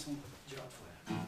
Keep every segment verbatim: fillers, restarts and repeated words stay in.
są dzieła Twoje.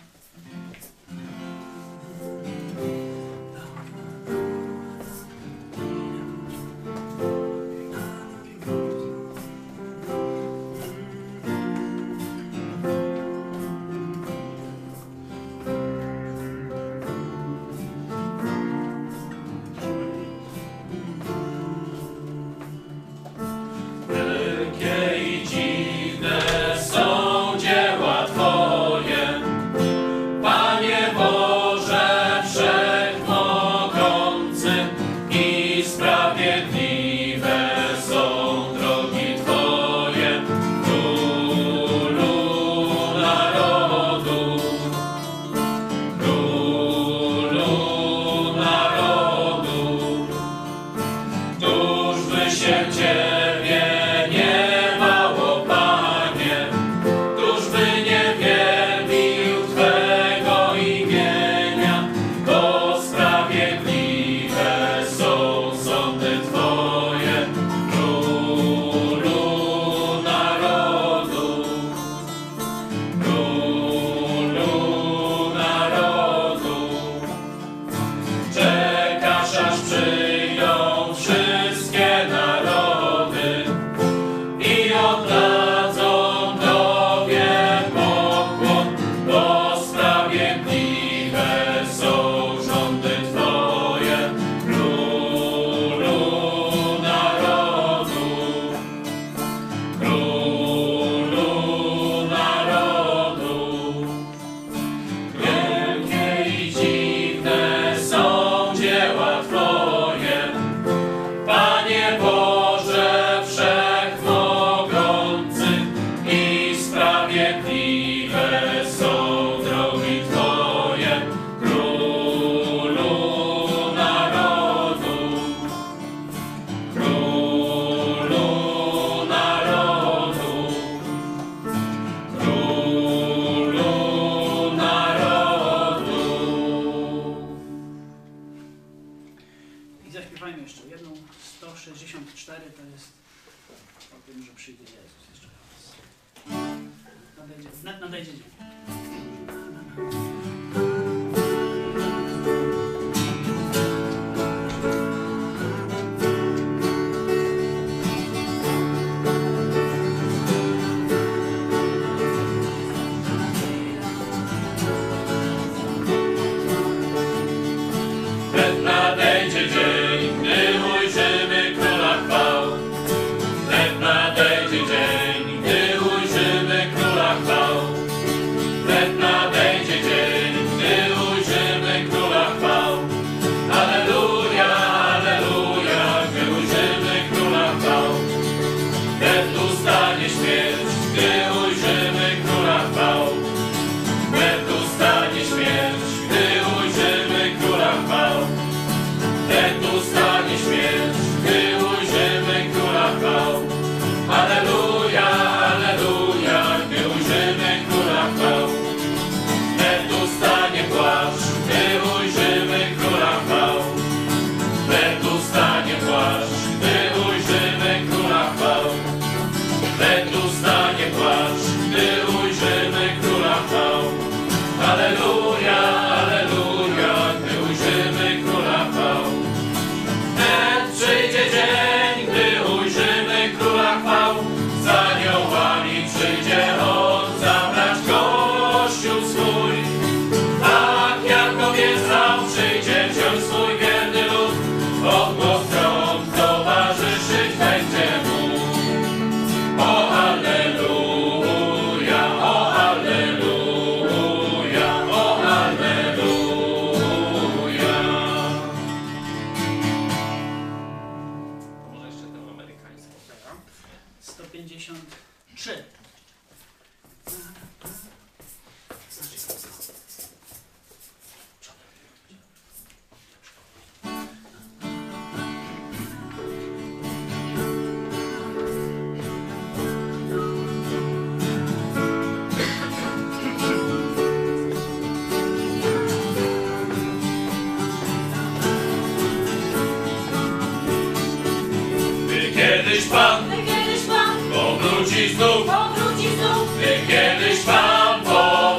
kiedyś Pan, Gdy kiedyś Pan powróci znów, powróci znów, gdy kiedyś Pan powróci.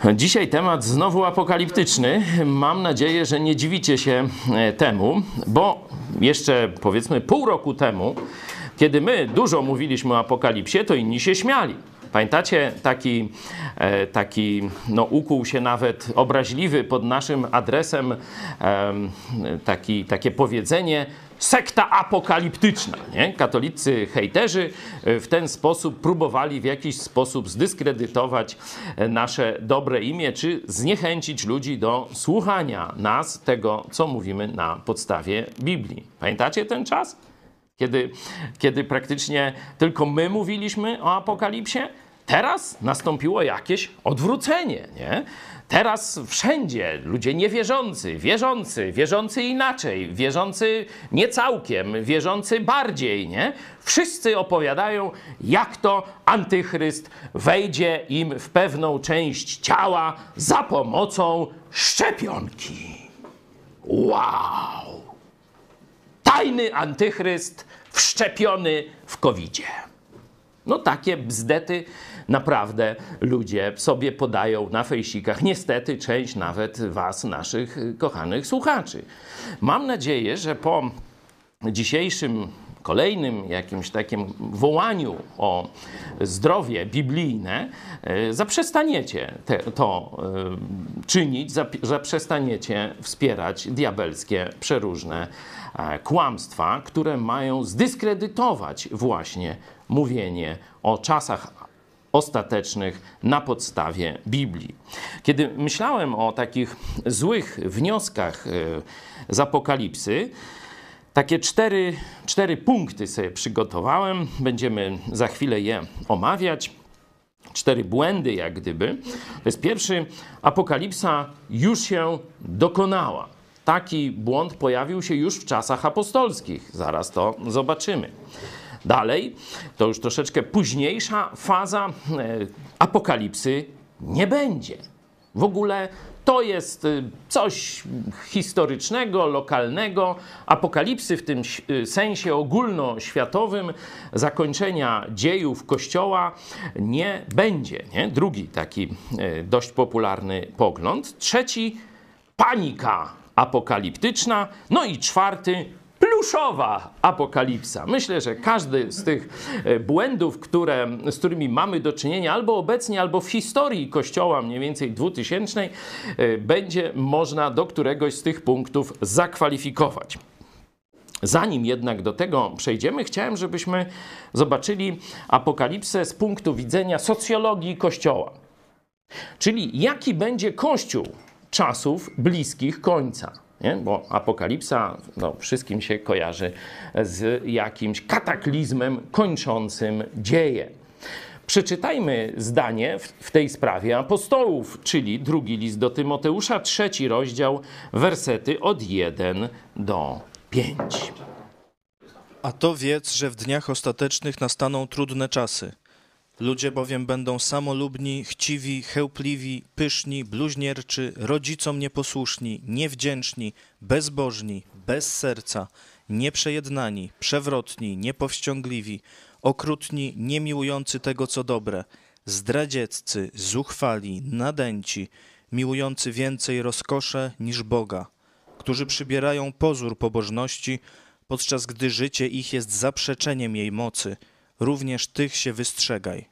Dzisiaj temat znowu apokaliptyczny. Mam nadzieję, że nie dziwicie się temu, bo jeszcze powiedzmy pół roku temu, kiedy my dużo mówiliśmy o apokalipsie, to inni się śmiali. Pamiętacie, taki, taki no, ukuł się nawet obraźliwy pod naszym adresem taki, takie powiedzenie sekta apokaliptyczna. Nie? Katolicy hejterzy w ten sposób próbowali w jakiś sposób zdyskredytować nasze dobre imię, czy zniechęcić ludzi do słuchania nas, tego, co mówimy na podstawie Biblii. Pamiętacie ten czas? Kiedy, kiedy praktycznie tylko my mówiliśmy o apokalipsie, teraz nastąpiło jakieś odwrócenie, nie? Teraz wszędzie ludzie niewierzący, wierzący, wierzący inaczej, wierzący nie całkiem, wierzący bardziej, nie? Wszyscy opowiadają, jak to antychryst wejdzie im w pewną część ciała za pomocą szczepionki. Wow! Tajny antychryst wszczepiony w kowidzie. No takie bzdety naprawdę ludzie sobie podają na fejsikach. Niestety część nawet was, naszych kochanych słuchaczy. Mam nadzieję, że po dzisiejszym kolejnym jakimś takim wołaniu o zdrowie biblijne zaprzestaniecie te, to y, czynić, zaprzestaniecie wspierać diabelskie, przeróżne e, kłamstwa, które mają zdyskredytować właśnie mówienie o czasach ostatecznych na podstawie Biblii. Kiedy myślałem o takich złych wnioskach z Apokalipsy, takie cztery, cztery punkty sobie przygotowałem. Będziemy za chwilę je omawiać. Cztery błędy, jak gdyby. To jest pierwszy, Apokalipsa już się dokonała. Taki błąd pojawił się już w czasach apostolskich. Zaraz to zobaczymy. Dalej, to już troszeczkę późniejsza faza apokalipsy nie będzie. W ogóle to jest coś historycznego, lokalnego. Apokalipsy w tym sensie ogólnoświatowym zakończenia dziejów Kościoła nie będzie. Nie? Drugi taki dość popularny pogląd. Trzeci, panika apokaliptyczna. No i czwarty, pluszowa apokalipsa. Myślę, że każdy z tych błędów, które, z którymi mamy do czynienia albo obecnie, albo w historii Kościoła mniej więcej dwutysięcznej, będzie można do któregoś z tych punktów zakwalifikować. Zanim jednak do tego przejdziemy, chciałem, żebyśmy zobaczyli apokalipsę z punktu widzenia socjologii Kościoła. Czyli jaki będzie Kościół czasów bliskich końca. Nie? Bo apokalipsa no, wszystkim się kojarzy z jakimś kataklizmem kończącym dzieje. Przeczytajmy zdanie w, w tej sprawie apostołów, czyli drugi list do Tymoteusza, trzeci rozdział, wersety od jeden do pięć. A to wiedz, że w dniach ostatecznych nastaną trudne czasy. Ludzie bowiem będą samolubni, chciwi, chełpliwi, pyszni, bluźnierczy, rodzicom nieposłuszni, niewdzięczni, bezbożni, bez serca, nieprzejednani, przewrotni, niepowściągliwi, okrutni, niemiłujący tego, co dobre, zdradzieccy, zuchwali, nadęci, miłujący więcej rozkosze niż Boga, którzy przybierają pozór pobożności, podczas gdy życie ich jest zaprzeczeniem jej mocy. Również tych się wystrzegaj.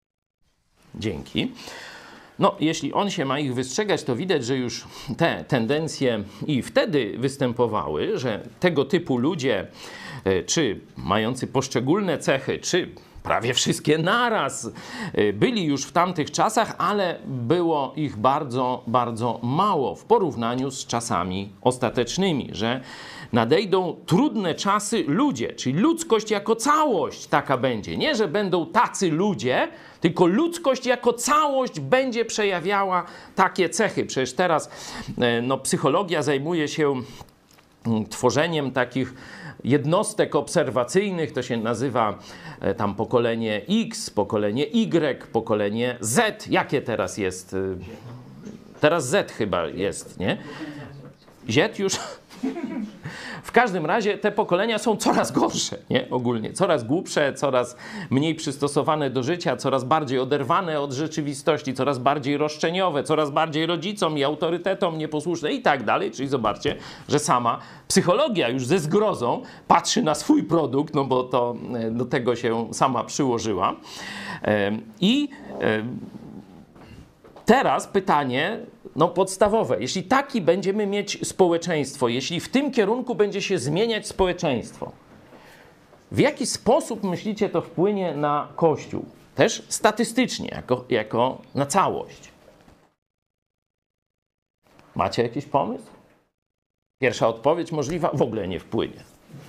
Dzięki. No, jeśli on się ma ich wystrzegać, to widać, że już te tendencje i wtedy występowały, że tego typu ludzie, czy mający poszczególne cechy, czy prawie wszystkie naraz, byli już w tamtych czasach, ale było ich bardzo, bardzo mało w porównaniu z czasami ostatecznymi, że nadejdą trudne czasy ludzie, czyli ludzkość jako całość taka będzie. Nie, że będą tacy ludzie, tylko ludzkość jako całość będzie przejawiała takie cechy. Przecież teraz no, psychologia zajmuje się tworzeniem takich jednostek obserwacyjnych, to się nazywa tam pokolenie X, pokolenie Y, pokolenie Z. Jakie teraz jest? Teraz Z chyba jest, nie? Z już? W każdym razie te pokolenia są coraz gorsze, nie? Ogólnie. Coraz głupsze, coraz mniej przystosowane do życia, coraz bardziej oderwane od rzeczywistości, coraz bardziej roszczeniowe, coraz bardziej rodzicom i autorytetom nieposłuszne i tak dalej. Czyli zobaczcie, że sama psychologia już ze zgrozą patrzy na swój produkt, no bo to do tego się sama przyłożyła. I teraz pytanie, no podstawowe. Jeśli taki będziemy mieć społeczeństwo, jeśli w tym kierunku będzie się zmieniać społeczeństwo, w jaki sposób, myślicie, to wpłynie na Kościół? Też statystycznie, jako, jako na całość. Macie jakiś pomysł? Pierwsza odpowiedź możliwa, w ogóle nie wpłynie.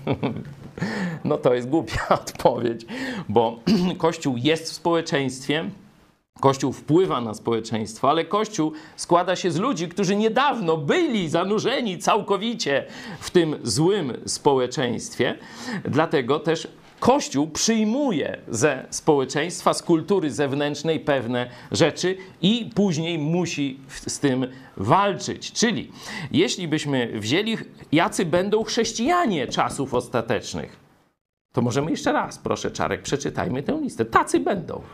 No to jest głupia odpowiedź, bo Kościół jest w społeczeństwie, Kościół wpływa na społeczeństwo, ale Kościół składa się z ludzi, którzy niedawno byli zanurzeni całkowicie w tym złym społeczeństwie. Dlatego też Kościół przyjmuje ze społeczeństwa, z kultury zewnętrznej pewne rzeczy i później musi z tym walczyć. Czyli jeśli byśmy wzięli, jacy będą chrześcijanie czasów ostatecznych, to możemy jeszcze raz, proszę Czarek, przeczytajmy tę listę. Tacy będą.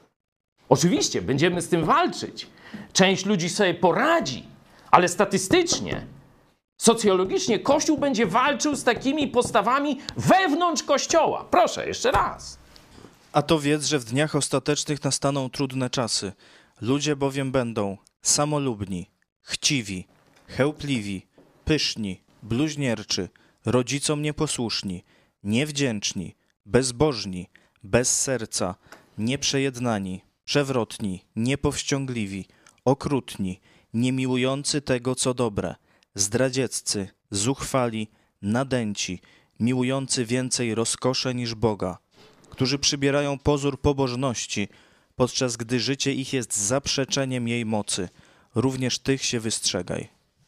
Oczywiście, będziemy z tym walczyć. Część ludzi sobie poradzi, ale statystycznie, socjologicznie Kościół będzie walczył z takimi postawami wewnątrz Kościoła. Proszę, jeszcze raz. A to wiedz, że w dniach ostatecznych nastaną trudne czasy. Ludzie bowiem będą samolubni, chciwi, chełpliwi, pyszni, bluźnierczy, rodzicom nieposłuszni, niewdzięczni, bezbożni, bez serca, nieprzejednani, przewrotni, niepowściągliwi, okrutni, niemiłujący tego, co dobre, zdradzieccy, zuchwali, nadęci, miłujący więcej rozkosze niż Boga, którzy przybierają pozór pobożności, podczas gdy życie ich jest zaprzeczeniem jej mocy. Również tych się wystrzegaj.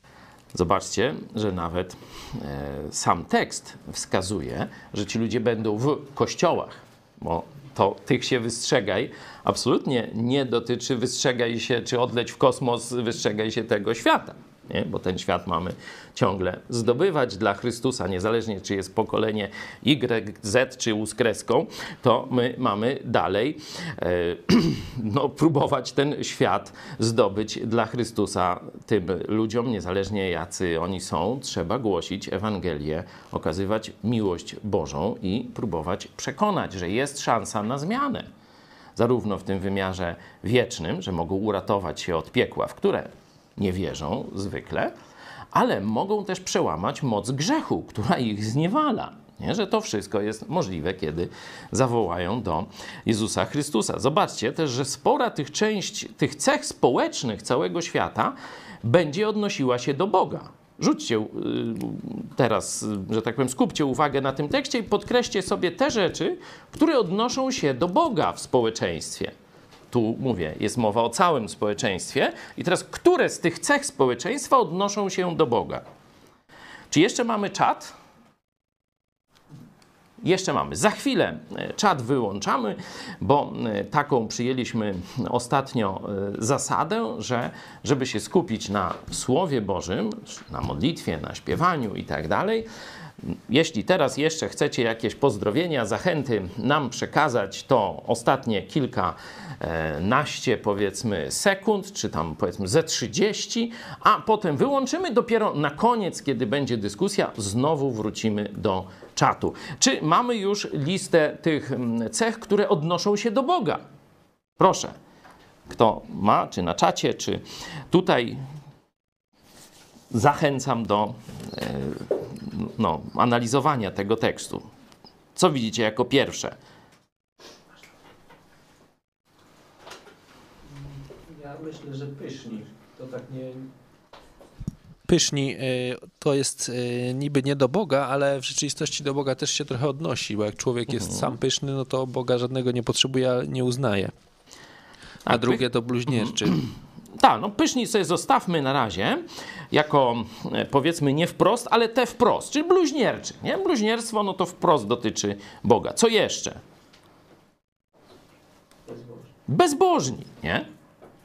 Zobaczcie, że nawet e, sam tekst wskazuje, że ci ludzie będą w kościołach, bo to tych się wystrzegaj absolutnie nie dotyczy wystrzegaj się, czy odleć w kosmos, wystrzegaj się tego świata. Nie? Bo ten świat mamy ciągle zdobywać dla Chrystusa, niezależnie czy jest pokolenie Y, Z czy U z kreską, to my mamy dalej e, no, próbować ten świat zdobyć dla Chrystusa tym ludziom, niezależnie jacy oni są. Trzeba głosić Ewangelię, okazywać miłość Bożą i próbować przekonać, że jest szansa na zmianę. Zarówno w tym wymiarze wiecznym, że mogą uratować się od piekła, w które nie wierzą zwykle, ale mogą też przełamać moc grzechu, która ich zniewala. Nie? Że to wszystko jest możliwe, kiedy zawołają do Jezusa Chrystusa. Zobaczcie też, że spora tych część, tych cech społecznych całego świata będzie odnosiła się do Boga. Rzućcie teraz, że tak powiem, skupcie uwagę na tym tekście i podkreślcie sobie te rzeczy, które odnoszą się do Boga w społeczeństwie. Tu mówię, jest mowa o całym społeczeństwie. I teraz, które z tych cech społeczeństwa odnoszą się do Boga? Czy jeszcze mamy czat? Jeszcze mamy. Za chwilę czat wyłączamy, bo taką przyjęliśmy ostatnio zasadę, że żeby się skupić na Słowie Bożym, na modlitwie, na śpiewaniu i tak dalej, jeśli teraz jeszcze chcecie jakieś pozdrowienia, zachęty nam przekazać, to ostatnie kilkanaście, powiedzmy, sekund, czy tam powiedzmy ze trzydzieści, a potem wyłączymy dopiero na koniec, kiedy będzie dyskusja, znowu wrócimy do czatu. Czy mamy już listę tych cech, które odnoszą się do Boga? Proszę, kto ma, czy na czacie, czy tutaj, zachęcam do no, analizowania tego tekstu. Co widzicie jako pierwsze? Ja myślę, że pyszni. To tak nie... Pyszni to jest niby nie do Boga, ale w rzeczywistości do Boga też się trochę odnosi, bo jak człowiek jest sam pyszny, no to Boga żadnego nie potrzebuje, nie uznaje. A drugie to bluźnierczy. Tak, no pyszni sobie zostawmy na razie, jako powiedzmy nie wprost, ale te wprost, czyli bluźnierczy. Nie? Bluźnierstwo, no to wprost dotyczy Boga. Co jeszcze? Bezbożni. Bezbożni, nie?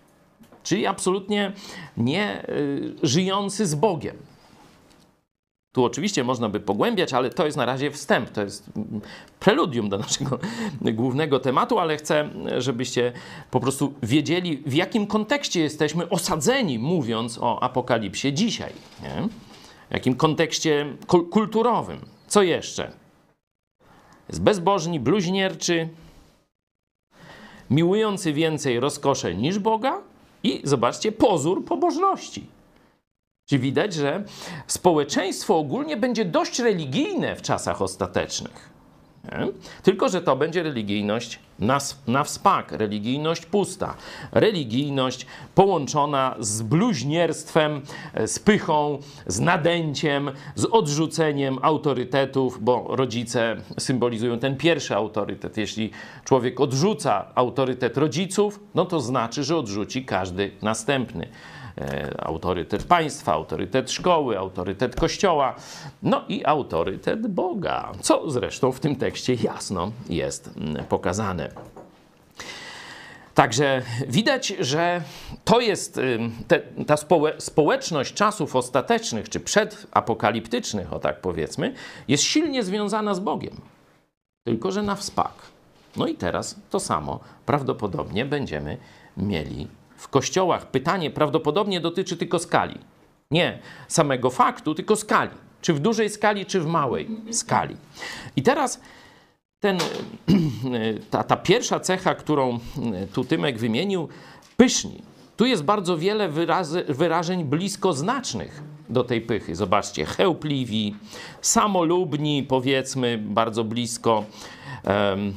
Czyli absolutnie nie y, żyjący z Bogiem. Tu oczywiście można by pogłębiać, ale to jest na razie wstęp, to jest preludium do naszego głównego tematu, ale chcę, żebyście po prostu wiedzieli, w jakim kontekście jesteśmy osadzeni, mówiąc o Apokalipsie dzisiaj. Nie? W jakim kontekście kulturowym. Co jeszcze? Jest bezbożny, bluźnierczy, miłujący więcej rozkosze niż Boga i, zobaczcie, pozór pobożności. Czyli widać, że społeczeństwo ogólnie będzie dość religijne w czasach ostatecznych. Nie? Tylko że to będzie religijność na, na wspak, religijność pusta, religijność połączona z bluźnierstwem, z pychą, z nadęciem, z odrzuceniem autorytetów, bo rodzice symbolizują ten pierwszy autorytet. Jeśli człowiek odrzuca autorytet rodziców, no to znaczy, że odrzuci każdy następny. Autorytet państwa, autorytet szkoły, autorytet kościoła, no i autorytet Boga, co zresztą w tym tekście jasno jest pokazane. Także widać, że to jest te, ta społe, społeczność czasów ostatecznych, czy przedapokaliptycznych, o tak powiedzmy, jest silnie związana z Bogiem, tylko że na wspak. No i teraz to samo prawdopodobnie będziemy mieli w kościołach. Pytanie prawdopodobnie dotyczy tylko skali. Nie samego faktu, tylko skali. Czy w dużej skali, czy w małej skali. I teraz ten, ta, ta pierwsza cecha, którą tu Tymek wymienił, pyszni. Tu jest bardzo wiele wyrazy, wyrażeń bliskoznacznych do tej pychy. Zobaczcie, chełpliwi, samolubni, powiedzmy, bardzo blisko, um,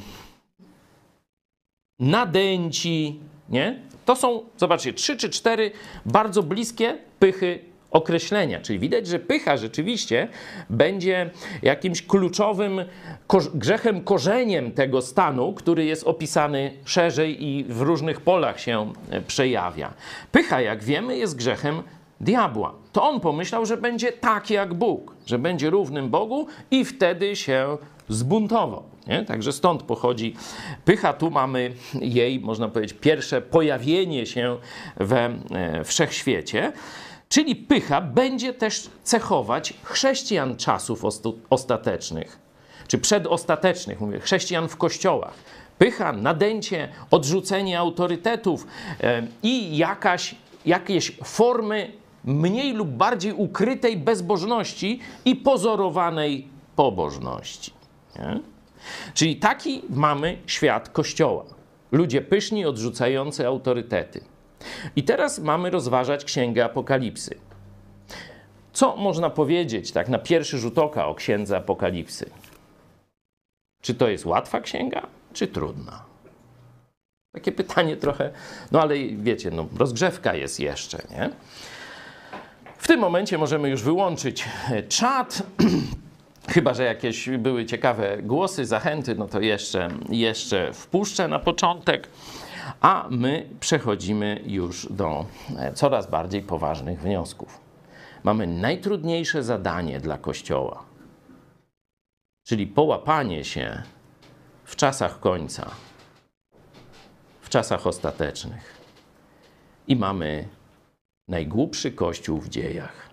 nadęci, nie? To są, zobaczcie, trzy czy cztery bardzo bliskie pychy określenia. Czyli widać, że pycha rzeczywiście będzie jakimś kluczowym grzechem, korzeniem tego stanu, który jest opisany szerzej i w różnych polach się przejawia. Pycha, jak wiemy, jest grzechem diabła. To on pomyślał, że będzie tak jak Bóg, że będzie równym Bogu i wtedy się zbuntował. Nie? Także stąd pochodzi pycha. Tu mamy jej, można powiedzieć, pierwsze pojawienie się we e, wszechświecie. Czyli pycha będzie też cechować chrześcijan czasów ostatecznych, czy przedostatecznych, mówię, chrześcijan w kościołach. Pycha, nadęcie, odrzucenie autorytetów e, i jakaś, jakieś formy mniej lub bardziej ukrytej bezbożności i pozorowanej pobożności. Nie? Czyli taki mamy świat Kościoła. Ludzie pyszni, odrzucający autorytety. I teraz mamy rozważać Księgę Apokalipsy. Co można powiedzieć tak na pierwszy rzut oka o Księdze Apokalipsy? Czy to jest łatwa księga, czy trudna? Takie pytanie trochę, no ale wiecie, no rozgrzewka jest jeszcze, nie? W tym momencie możemy już wyłączyć czat. Chyba że jakieś były ciekawe głosy, zachęty, no to jeszcze, jeszcze wpuszczę na początek. A my przechodzimy już do coraz bardziej poważnych wniosków. Mamy najtrudniejsze zadanie dla Kościoła, czyli połapanie się w czasach końca, w czasach ostatecznych. I mamy najgłupszy Kościół w dziejach.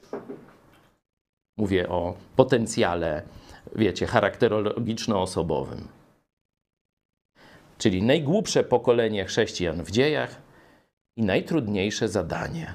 Mówię o potencjale, wiecie, charakterologiczno-osobowym. Czyli najgłupsze pokolenie chrześcijan w dziejach i najtrudniejsze zadanie.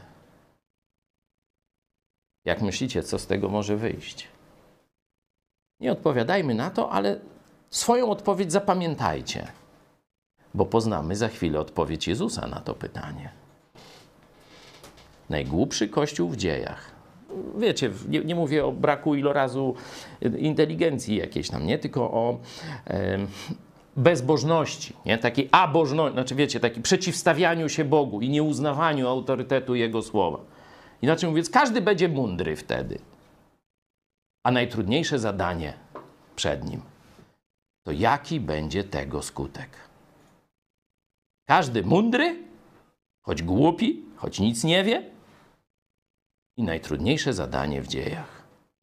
Jak myślicie, co z tego może wyjść? Nie odpowiadajmy na to, ale swoją odpowiedź zapamiętajcie, bo poznamy za chwilę odpowiedź Jezusa na to pytanie. Najgłupszy Kościół w dziejach. Wiecie, nie, nie mówię o braku ilorazu inteligencji jakiejś tam, nie? Tylko o e, bezbożności, nie? Takiej abożności, znaczy wiecie, takim przeciwstawianiu się Bogu i nieuznawaniu autorytetu Jego słowa. Inaczej mówiąc, każdy będzie mądry wtedy. A najtrudniejsze zadanie przed nim to jaki będzie tego skutek. Każdy mądry, choć głupi, choć nic nie wie, i najtrudniejsze zadanie w dziejach.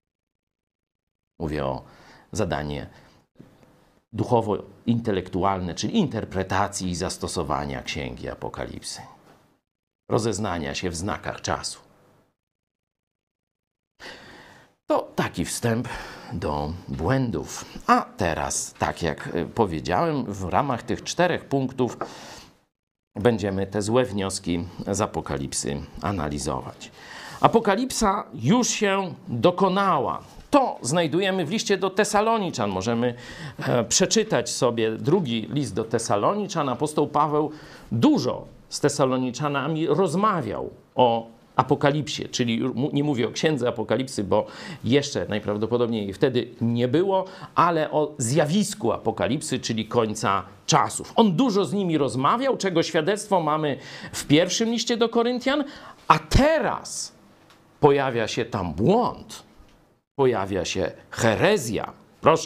Mówię o zadanie duchowo-intelektualne, czyli interpretacji i zastosowania Księgi Apokalipsy. Rozeznania się w znakach czasu. To taki wstęp do błędów. A teraz, tak jak powiedziałem, w ramach tych czterech punktów będziemy te złe wnioski z Apokalipsy analizować. Apokalipsa już się dokonała. To znajdujemy w liście do Tesaloniczan. Możemy e, przeczytać sobie drugi list do Tesaloniczan. Apostoł Paweł dużo z Tesaloniczanami rozmawiał o Apokalipsie, czyli nie mówię o księdze Apokalipsy, bo jeszcze najprawdopodobniej jej wtedy nie było, ale o zjawisku Apokalipsy, czyli końca czasów. On dużo z nimi rozmawiał, czego świadectwo mamy w pierwszym liście do Koryntian, a teraz pojawia się tam błąd, pojawia się herezja. Proszę.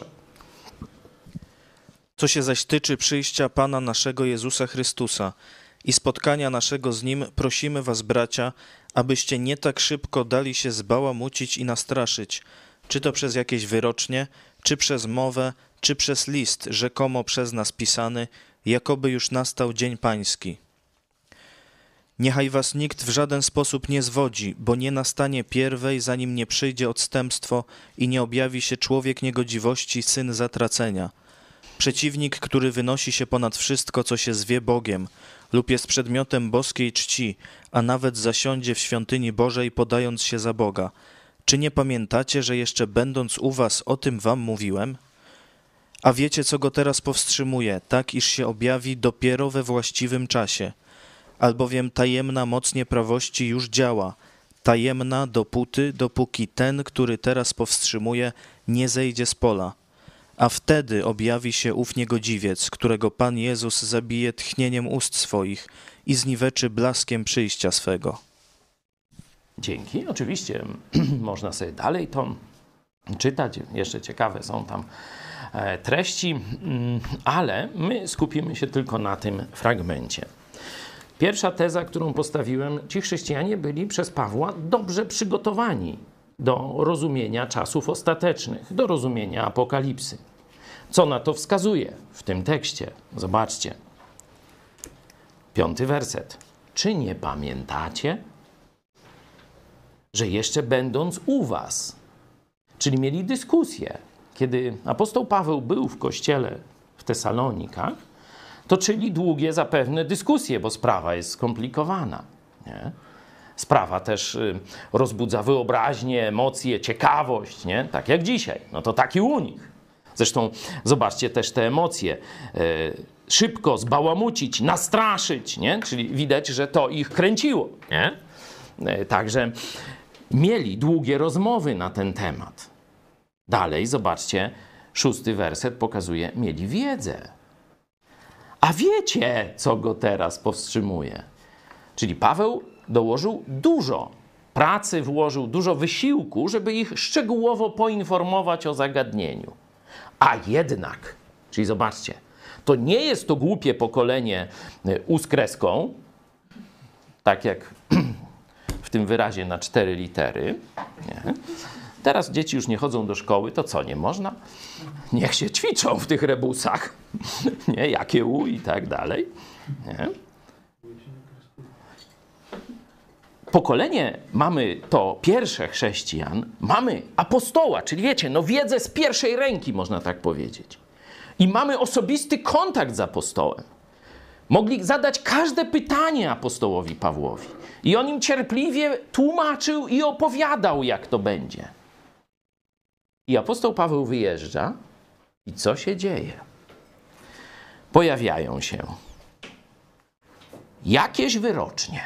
Co się zaś tyczy przyjścia Pana naszego Jezusa Chrystusa i spotkania naszego z Nim, prosimy was, bracia, abyście nie tak szybko dali się zbałamucić i nastraszyć, czy to przez jakieś wyrocznie, czy przez mowę, czy przez list, rzekomo przez nas pisany, jakoby już nastał dzień pański. Niechaj was nikt w żaden sposób nie zwodzi, bo nie nastanie pierwej, zanim nie przyjdzie odstępstwo i nie objawi się człowiek niegodziwości, syn zatracenia. Przeciwnik, który wynosi się ponad wszystko, co się zwie Bogiem, lub jest przedmiotem boskiej czci, a nawet zasiądzie w świątyni Bożej, podając się za Boga. Czy nie pamiętacie, że jeszcze będąc u was o tym wam mówiłem? A wiecie, co go teraz powstrzymuje, tak iż się objawi dopiero we właściwym czasie. Albowiem tajemna moc nieprawości już działa, tajemna dopóty, dopóki ten, który teraz powstrzymuje, nie zejdzie z pola. A wtedy objawi się ów niegodziwiec, którego Pan Jezus zabije tchnieniem ust swoich i zniweczy blaskiem przyjścia swego. Dzięki. Oczywiście można sobie dalej to czytać. Jeszcze ciekawe są tam treści, ale my skupimy się tylko na tym fragmencie. Pierwsza teza, którą postawiłem, ci chrześcijanie byli przez Pawła dobrze przygotowani do rozumienia czasów ostatecznych, do rozumienia Apokalipsy. Co na to wskazuje w tym tekście? Zobaczcie. Piąty werset. Czy nie pamiętacie, że jeszcze będąc u was, czyli mieli dyskusję, kiedy apostoł Paweł był w kościele w Tesalonikach, toczyli długie zapewne dyskusje, bo sprawa jest skomplikowana, nie? Sprawa też rozbudza wyobraźnię, emocje, ciekawość, nie? Tak jak dzisiaj. No to taki u nich. Zresztą zobaczcie też te emocje. Szybko zbałamucić, nastraszyć, nie? Czyli widać, że to ich kręciło, nie? Także mieli długie rozmowy na ten temat. Dalej, zobaczcie, szósty werset pokazuje, mieli wiedzę. A wiecie, co go teraz powstrzymuje? Czyli Paweł dołożył dużo pracy, włożył dużo wysiłku, żeby ich szczegółowo poinformować o zagadnieniu. A jednak, czyli zobaczcie, to nie jest to głupie pokolenie U z kreską, tak jak w tym wyrazie na cztery litery. Nie. Teraz dzieci już nie chodzą do szkoły, to co, nie można? Niech się ćwiczą w tych rebusach. Nie, jakie U i tak dalej. Nie. Pokolenie mamy to pierwsze chrześcijan, mamy apostoła, czyli wiecie, no wiedzę z pierwszej ręki, można tak powiedzieć. I mamy osobisty kontakt z apostołem. Mogli zadać każde pytanie apostołowi Pawłowi. I on im cierpliwie tłumaczył i opowiadał, jak to będzie. I apostoł Paweł wyjeżdża i co się dzieje? Pojawiają się jakieś wyrocznie.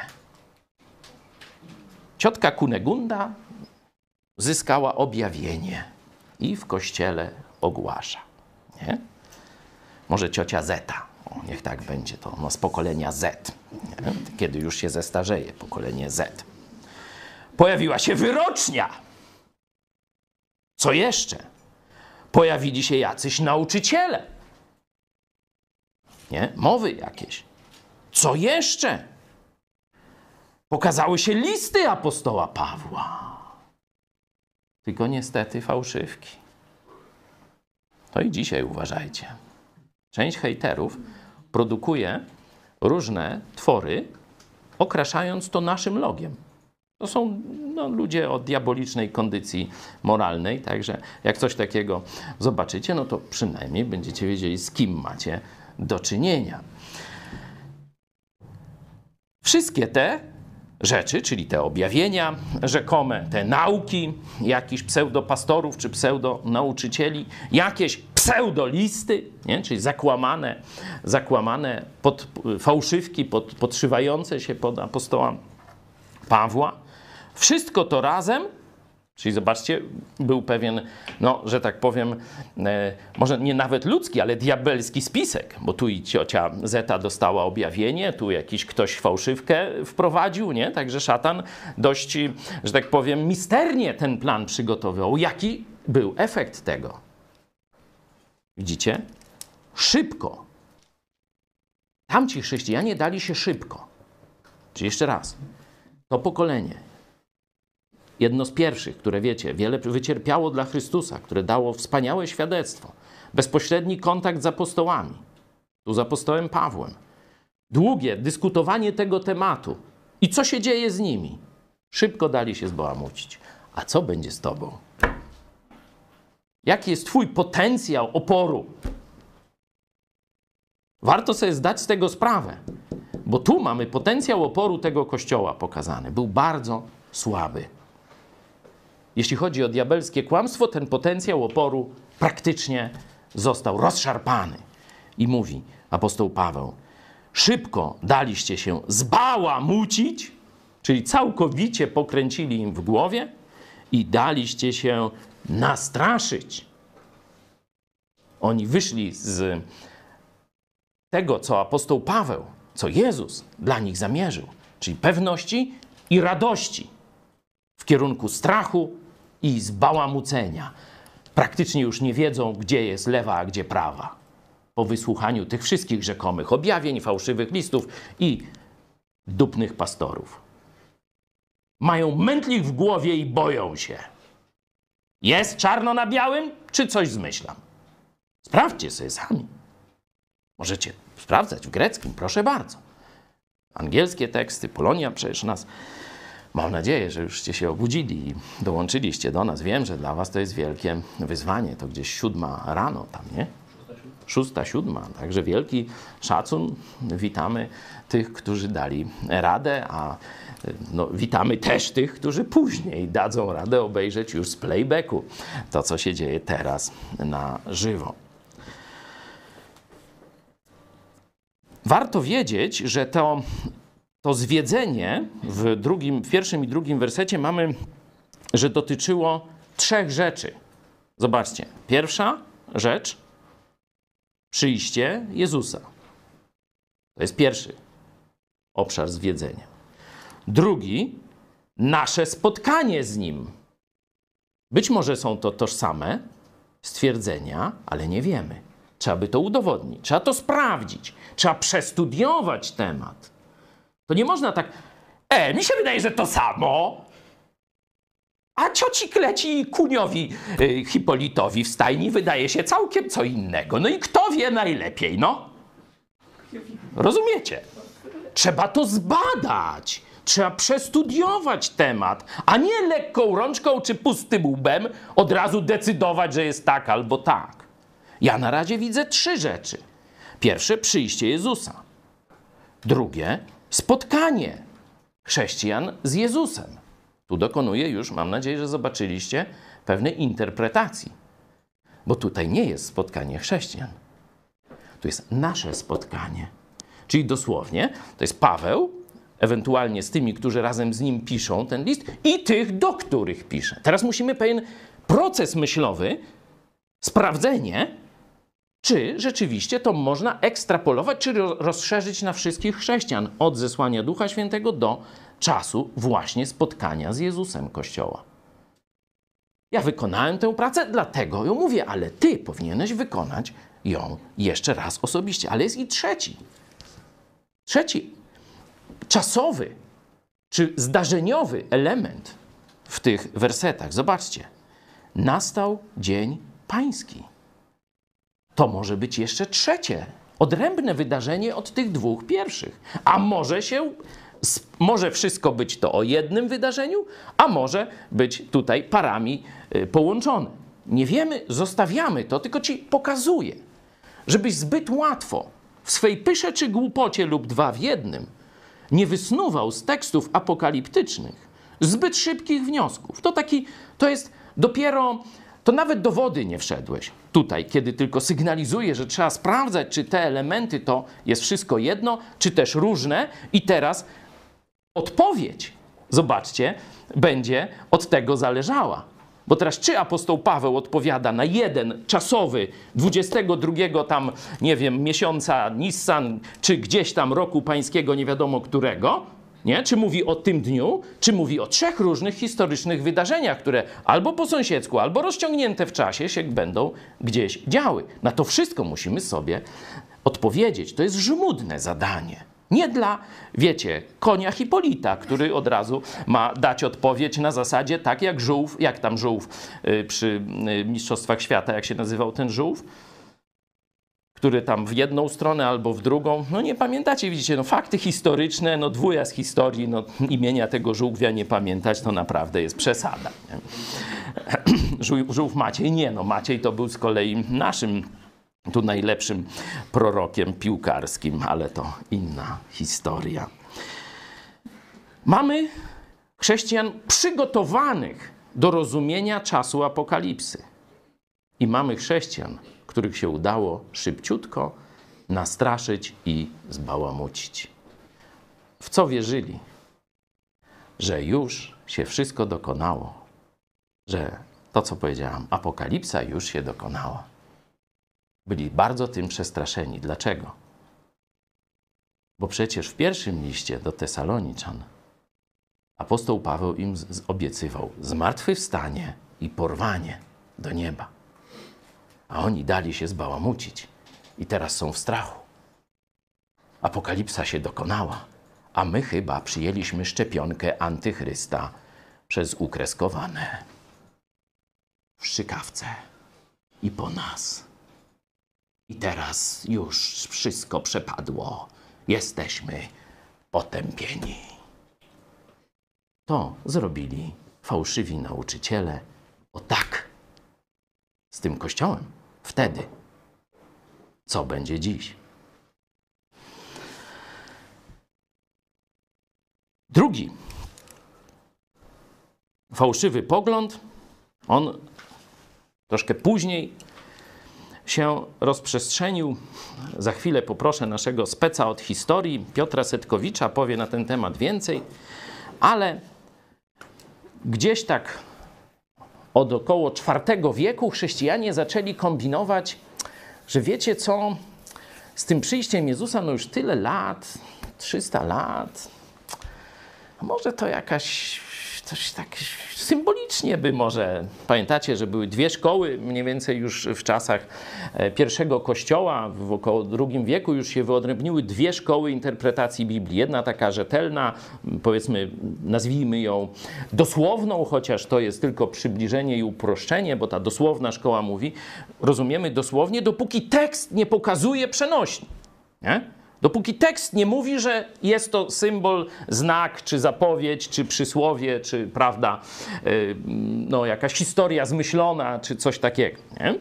Ciotka Kunegunda zyskała objawienie i w kościele ogłasza. Nie? Może ciocia Zeta, o, niech tak będzie, to no z pokolenia Z, nie? Kiedy już się zestarzeje, pokolenie Z. Pojawiła się wyrocznia. Co jeszcze? Pojawili się jacyś nauczyciele. Nie? Mowy jakieś. Co jeszcze? Pokazały się listy apostoła Pawła. Tylko niestety fałszywki. To i dzisiaj uważajcie. Część hejterów produkuje różne twory, okraszając to naszym logiem. To są no, ludzie o diabolicznej kondycji moralnej, także jak coś takiego zobaczycie, no to przynajmniej będziecie wiedzieli, z kim macie do czynienia. Wszystkie te rzeczy, czyli te objawienia rzekome, te nauki jakichś pseudopastorów czy pseudonauczycieli, jakieś pseudolisty, nie? Czyli zakłamane, zakłamane pod, fałszywki pod, podszywające się pod apostoła Pawła. Wszystko to razem, czyli zobaczcie, był pewien, no, że tak powiem, e, może nie nawet ludzki, ale diabelski spisek, bo tu i ciocia Zeta dostała objawienie, tu jakiś ktoś fałszywkę wprowadził, nie? Także szatan dość, że tak powiem, misternie ten plan przygotował. Jaki był efekt tego? Widzicie? Szybko. Tamci chrześcijanie dali się szybko. Czyli jeszcze raz, to pokolenie, jedno z pierwszych, które wiecie, wiele wycierpiało dla Chrystusa, które dało wspaniałe świadectwo, bezpośredni kontakt z apostołami, tu z apostołem Pawłem, długie dyskutowanie tego tematu i co się dzieje z nimi. Szybko dali się zbałamucić. A co będzie z tobą? Jaki jest twój potencjał oporu? Warto sobie zdać z tego sprawę, bo tu mamy potencjał oporu tego kościoła pokazany. Był bardzo słaby. Jeśli chodzi o diabelskie kłamstwo, ten potencjał oporu praktycznie został rozszarpany. I mówi apostoł Paweł, szybko daliście się zbałamucić, czyli całkowicie pokręcili im w głowie i daliście się nastraszyć. Oni wyszli z tego, co apostoł Paweł, co Jezus dla nich zamierzył, czyli pewności i radości w kierunku strachu i zbałamucenia. Praktycznie już nie wiedzą, gdzie jest lewa, a gdzie prawa. Po wysłuchaniu tych wszystkich rzekomych objawień, fałszywych listów i dupnych pastorów. Mają mętlik w głowie i boją się. Jest czarno na białym, czy coś zmyślam? Sprawdźcie sobie sami. Możecie sprawdzać w greckim, proszę bardzo. Angielskie teksty, Polonia przecież nas... Mam nadzieję, że jużście się obudzili i dołączyliście do nas. Wiem, że dla was to jest wielkie wyzwanie. To gdzieś siódma rano tam, nie? Szósta, siódma. Także wielki szacun. Witamy tych, którzy dali radę, a no, witamy też tych, którzy później dadzą radę obejrzeć już z playbacku to, co się dzieje teraz na żywo. Warto wiedzieć, że to, to zwiedzenie w, drugim, w pierwszym i drugim wersecie mamy, że dotyczyło trzech rzeczy. Zobaczcie. Pierwsza rzecz, przyjście Jezusa. To jest pierwszy obszar zwiedzenia. Drugi, nasze spotkanie z Nim. Być może są to tożsame stwierdzenia, ale nie wiemy. Trzeba by to udowodnić, trzeba to sprawdzić, trzeba przestudiować temat. To nie można tak, e, mi się wydaje, że to samo, a cioci Kleci i kuniowi y, Hipolitowi w stajni wydaje się całkiem co innego. No i kto wie najlepiej, no? Rozumiecie? Trzeba to zbadać, trzeba przestudiować temat, a nie lekką rączką czy pustym łbem od razu decydować, że jest tak albo tak. Ja na razie widzę trzy rzeczy. Pierwsze, przyjście Jezusa. Drugie, spotkanie chrześcijan z Jezusem. Tu dokonuje już, mam nadzieję, że zobaczyliście, pewnej interpretacji. Bo tutaj nie jest spotkanie chrześcijan. To jest nasze spotkanie. Czyli dosłownie, to jest Paweł, ewentualnie z tymi, którzy razem z nim piszą ten list i tych, do których pisze. Teraz musimy pewien proces myślowy, sprawdzenie, czy rzeczywiście to można ekstrapolować, czy rozszerzyć na wszystkich chrześcijan od zesłania Ducha Świętego do czasu właśnie spotkania z Jezusem Kościoła. Ja wykonałem tę pracę, dlatego ją mówię, ale ty powinieneś wykonać ją jeszcze raz osobiście. Ale jest i trzeci. Trzeci, czasowy czy zdarzeniowy element w tych wersetach. Zobaczcie. Nastał dzień pański. To może być jeszcze trzecie, odrębne wydarzenie od tych dwóch pierwszych. A może się może wszystko być to o jednym wydarzeniu, a może być tutaj parami połączone. Nie wiemy, zostawiamy to, tylko ci pokazuję, żebyś zbyt łatwo w swej pysze czy głupocie lub dwa w jednym nie wysnuwał z tekstów apokaliptycznych zbyt szybkich wniosków. To taki, to jest dopiero, to nawet do wody nie wszedłeś tutaj, kiedy tylko sygnalizuję, że trzeba sprawdzać, czy te elementy to jest wszystko jedno, czy też różne i teraz odpowiedź, zobaczcie, będzie od tego zależała. Bo teraz czy apostoł Paweł odpowiada na jeden czasowy, dwudziestego drugiego tam, nie wiem, miesiąca Nissan, czy gdzieś tam roku pańskiego, nie wiadomo którego, nie? Czy mówi o tym dniu, czy mówi o trzech różnych historycznych wydarzeniach, które albo po sąsiedzku, albo rozciągnięte w czasie się będą gdzieś działy. Na to wszystko musimy sobie odpowiedzieć. To jest żmudne zadanie. Nie dla, wiecie, konia Hipolita, który od razu ma dać odpowiedź na zasadzie tak jak żółw, jak tam żółw y, przy y, Mistrzostwach Świata, jak się nazywał ten żółw, który tam w jedną stronę albo w drugą, no nie pamiętacie, widzicie, no fakty historyczne, no dwuja z historii, no imienia tego żółwia nie pamiętać, to naprawdę jest przesada. Żółw Maciej, nie no, Maciej to był z kolei naszym tu najlepszym prorokiem piłkarskim, ale to inna historia. Mamy chrześcijan przygotowanych do rozumienia czasu apokalipsy. I mamy chrześcijan, których się udało szybciutko nastraszyć i zbałamucić. W co wierzyli? Że już się wszystko dokonało. Że to, co powiedziałam, apokalipsa już się dokonała. Byli bardzo tym przestraszeni. Dlaczego? Bo przecież w pierwszym liście do Tesaloniczan apostoł Paweł im z- obiecywał zmartwychwstanie i porwanie do nieba. A oni dali się zbałamucić i teraz są w strachu. Apokalipsa się dokonała, a my chyba przyjęliśmy szczepionkę antychrysta przez ukreskowane w strzykawce i po nas. I teraz już wszystko przepadło. Jesteśmy potępieni. To zrobili fałszywi nauczyciele. O tak. Z tym Kościołem. Wtedy. Co będzie dziś? Drugi fałszywy pogląd, on troszkę później się rozprzestrzenił. Za chwilę poproszę naszego speca od historii, Piotra Setkowicza, powie na ten temat więcej, ale gdzieś tak od około czwartego wieku chrześcijanie zaczęli kombinować, że wiecie co, z tym przyjściem Jezusa no już tyle lat, trzysta lat, a może to jakaś, coś tak symbolicznie by może, pamiętacie, że były dwie szkoły mniej więcej już w czasach pierwszego kościoła, w około drugim wieku już się wyodrębniły dwie szkoły interpretacji Biblii. Jedna taka rzetelna, powiedzmy, nazwijmy ją dosłowną, chociaż to jest tylko przybliżenie i uproszczenie, bo ta dosłowna szkoła mówi, rozumiemy dosłownie, dopóki tekst nie pokazuje przenośni. Nie? Dopóki tekst nie mówi, że jest to symbol, znak, czy zapowiedź, czy przysłowie, czy prawda, no jakaś historia zmyślona, czy coś takiego. Nie?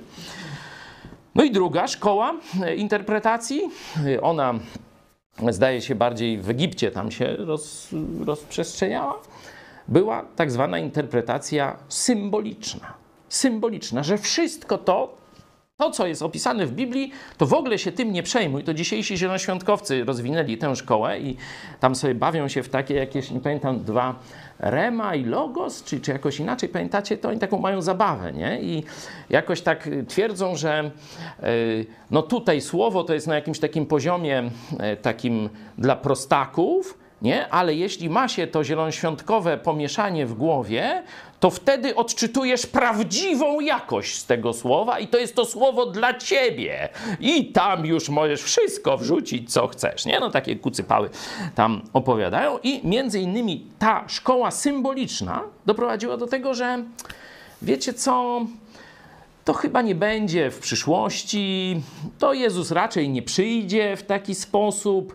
No i druga szkoła interpretacji, ona zdaje się bardziej w Egipcie tam się roz, rozprzestrzeniała, była tak zwana interpretacja symboliczna. Symboliczna, że wszystko to, To, co jest opisane w Biblii, to w ogóle się tym nie przejmuj. To dzisiejsi zielonoświątkowcy rozwinęli tę szkołę i tam sobie bawią się w takie jakieś, nie pamiętam, dwa Rema i Logos, czy, czy jakoś inaczej, pamiętacie, to oni taką mają zabawę, nie? I jakoś tak twierdzą, że yy, no tutaj słowo to jest na jakimś takim poziomie yy, takim dla prostaków, nie? Ale jeśli ma się to zielonoświątkowe pomieszanie w głowie, to wtedy odczytujesz prawdziwą jakość z tego słowa i to jest to słowo dla ciebie. I tam już możesz wszystko wrzucić, co chcesz. Nie? No takie kucypały tam opowiadają. I między innymi ta szkoła symboliczna doprowadziła do tego, że wiecie co, to chyba nie będzie w przyszłości, to Jezus raczej nie przyjdzie w taki sposób.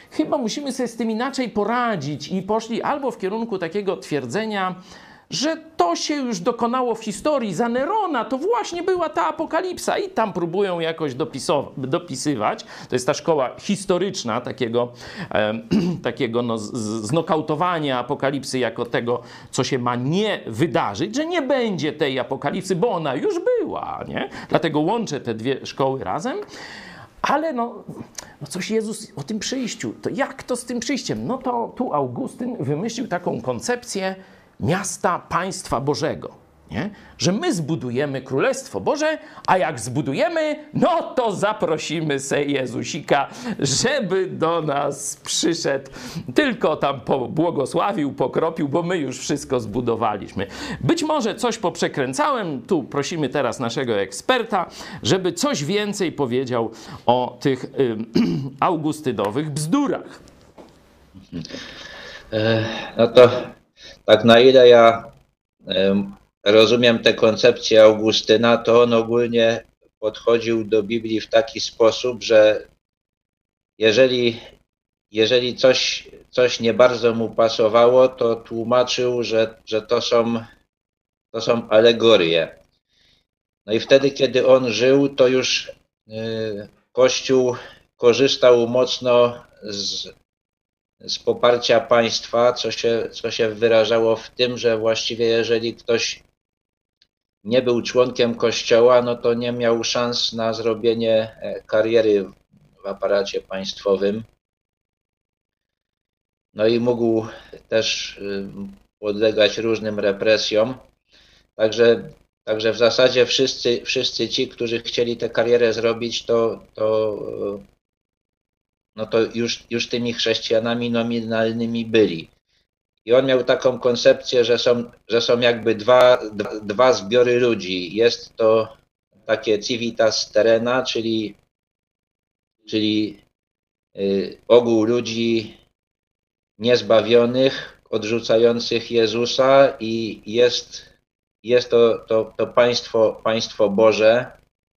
chyba musimy sobie z tym inaczej poradzić i poszli albo w kierunku takiego twierdzenia, że to się już dokonało w historii. Za Nerona to właśnie była ta apokalipsa i tam próbują jakoś dopisywać. To jest ta szkoła historyczna takiego, e, takiego no, z, znokautowania apokalipsy jako tego, co się ma nie wydarzyć, że nie będzie tej apokalipsy, bo ona już była, nie? Dlatego łączę te dwie szkoły razem. Ale no, no coś Jezus o tym przyjściu. To jak to z tym przyjściem? No to tu Augustyn wymyślił taką koncepcję miasta państwa Bożego, nie? Że my zbudujemy Królestwo Boże, a jak zbudujemy, no to zaprosimy se Jezusika, żeby do nas przyszedł, tylko tam pobłogosławił, pokropił, bo my już wszystko zbudowaliśmy. Być może coś poprzekręcałem, tu prosimy teraz naszego eksperta, żeby coś więcej powiedział o tych y, augustynowych bzdurach. No to tak na ile ja rozumiem tę koncepcję Augustyna, to on ogólnie podchodził do Biblii w taki sposób, że jeżeli, jeżeli coś, coś nie bardzo mu pasowało, to tłumaczył, że, że to są, to są alegorie. No i wtedy, kiedy on żył, to już Kościół korzystał mocno z z poparcia państwa, co się, co się wyrażało w tym, że właściwie jeżeli ktoś nie był członkiem Kościoła, no to nie miał szans na zrobienie kariery w aparacie państwowym. No i mógł też podlegać różnym represjom. Także, także w zasadzie wszyscy, wszyscy ci, którzy chcieli tę karierę zrobić, to, to no to już, już tymi chrześcijanami nominalnymi byli. I on miał taką koncepcję, że są, że są jakby dwa, dwa zbiory ludzi. Jest to takie civitas terrena, czyli, czyli y, ogół ludzi niezbawionych, odrzucających Jezusa i jest, jest to, to, to państwo, państwo Boże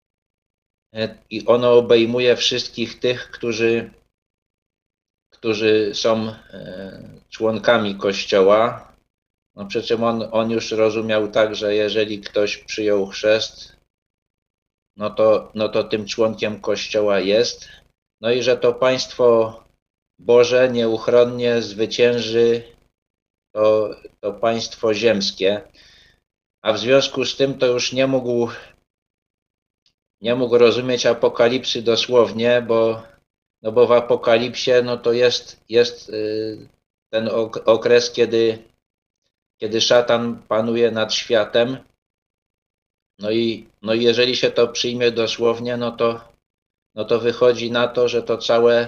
i ono obejmuje wszystkich tych, którzy którzy są członkami Kościoła. No przy czym on, on już rozumiał tak, że jeżeli ktoś przyjął chrzest, no to, no to tym członkiem Kościoła jest. No i że to państwo Boże nieuchronnie zwycięży to, to państwo ziemskie. A w związku z tym to już nie mógł, nie mógł rozumieć apokalipsy dosłownie, bo No bo w Apokalipsie no to jest, jest ten okres, kiedy, kiedy szatan panuje nad światem. No i, no i jeżeli się to przyjmie dosłownie, no to, no to wychodzi na to, że to całe,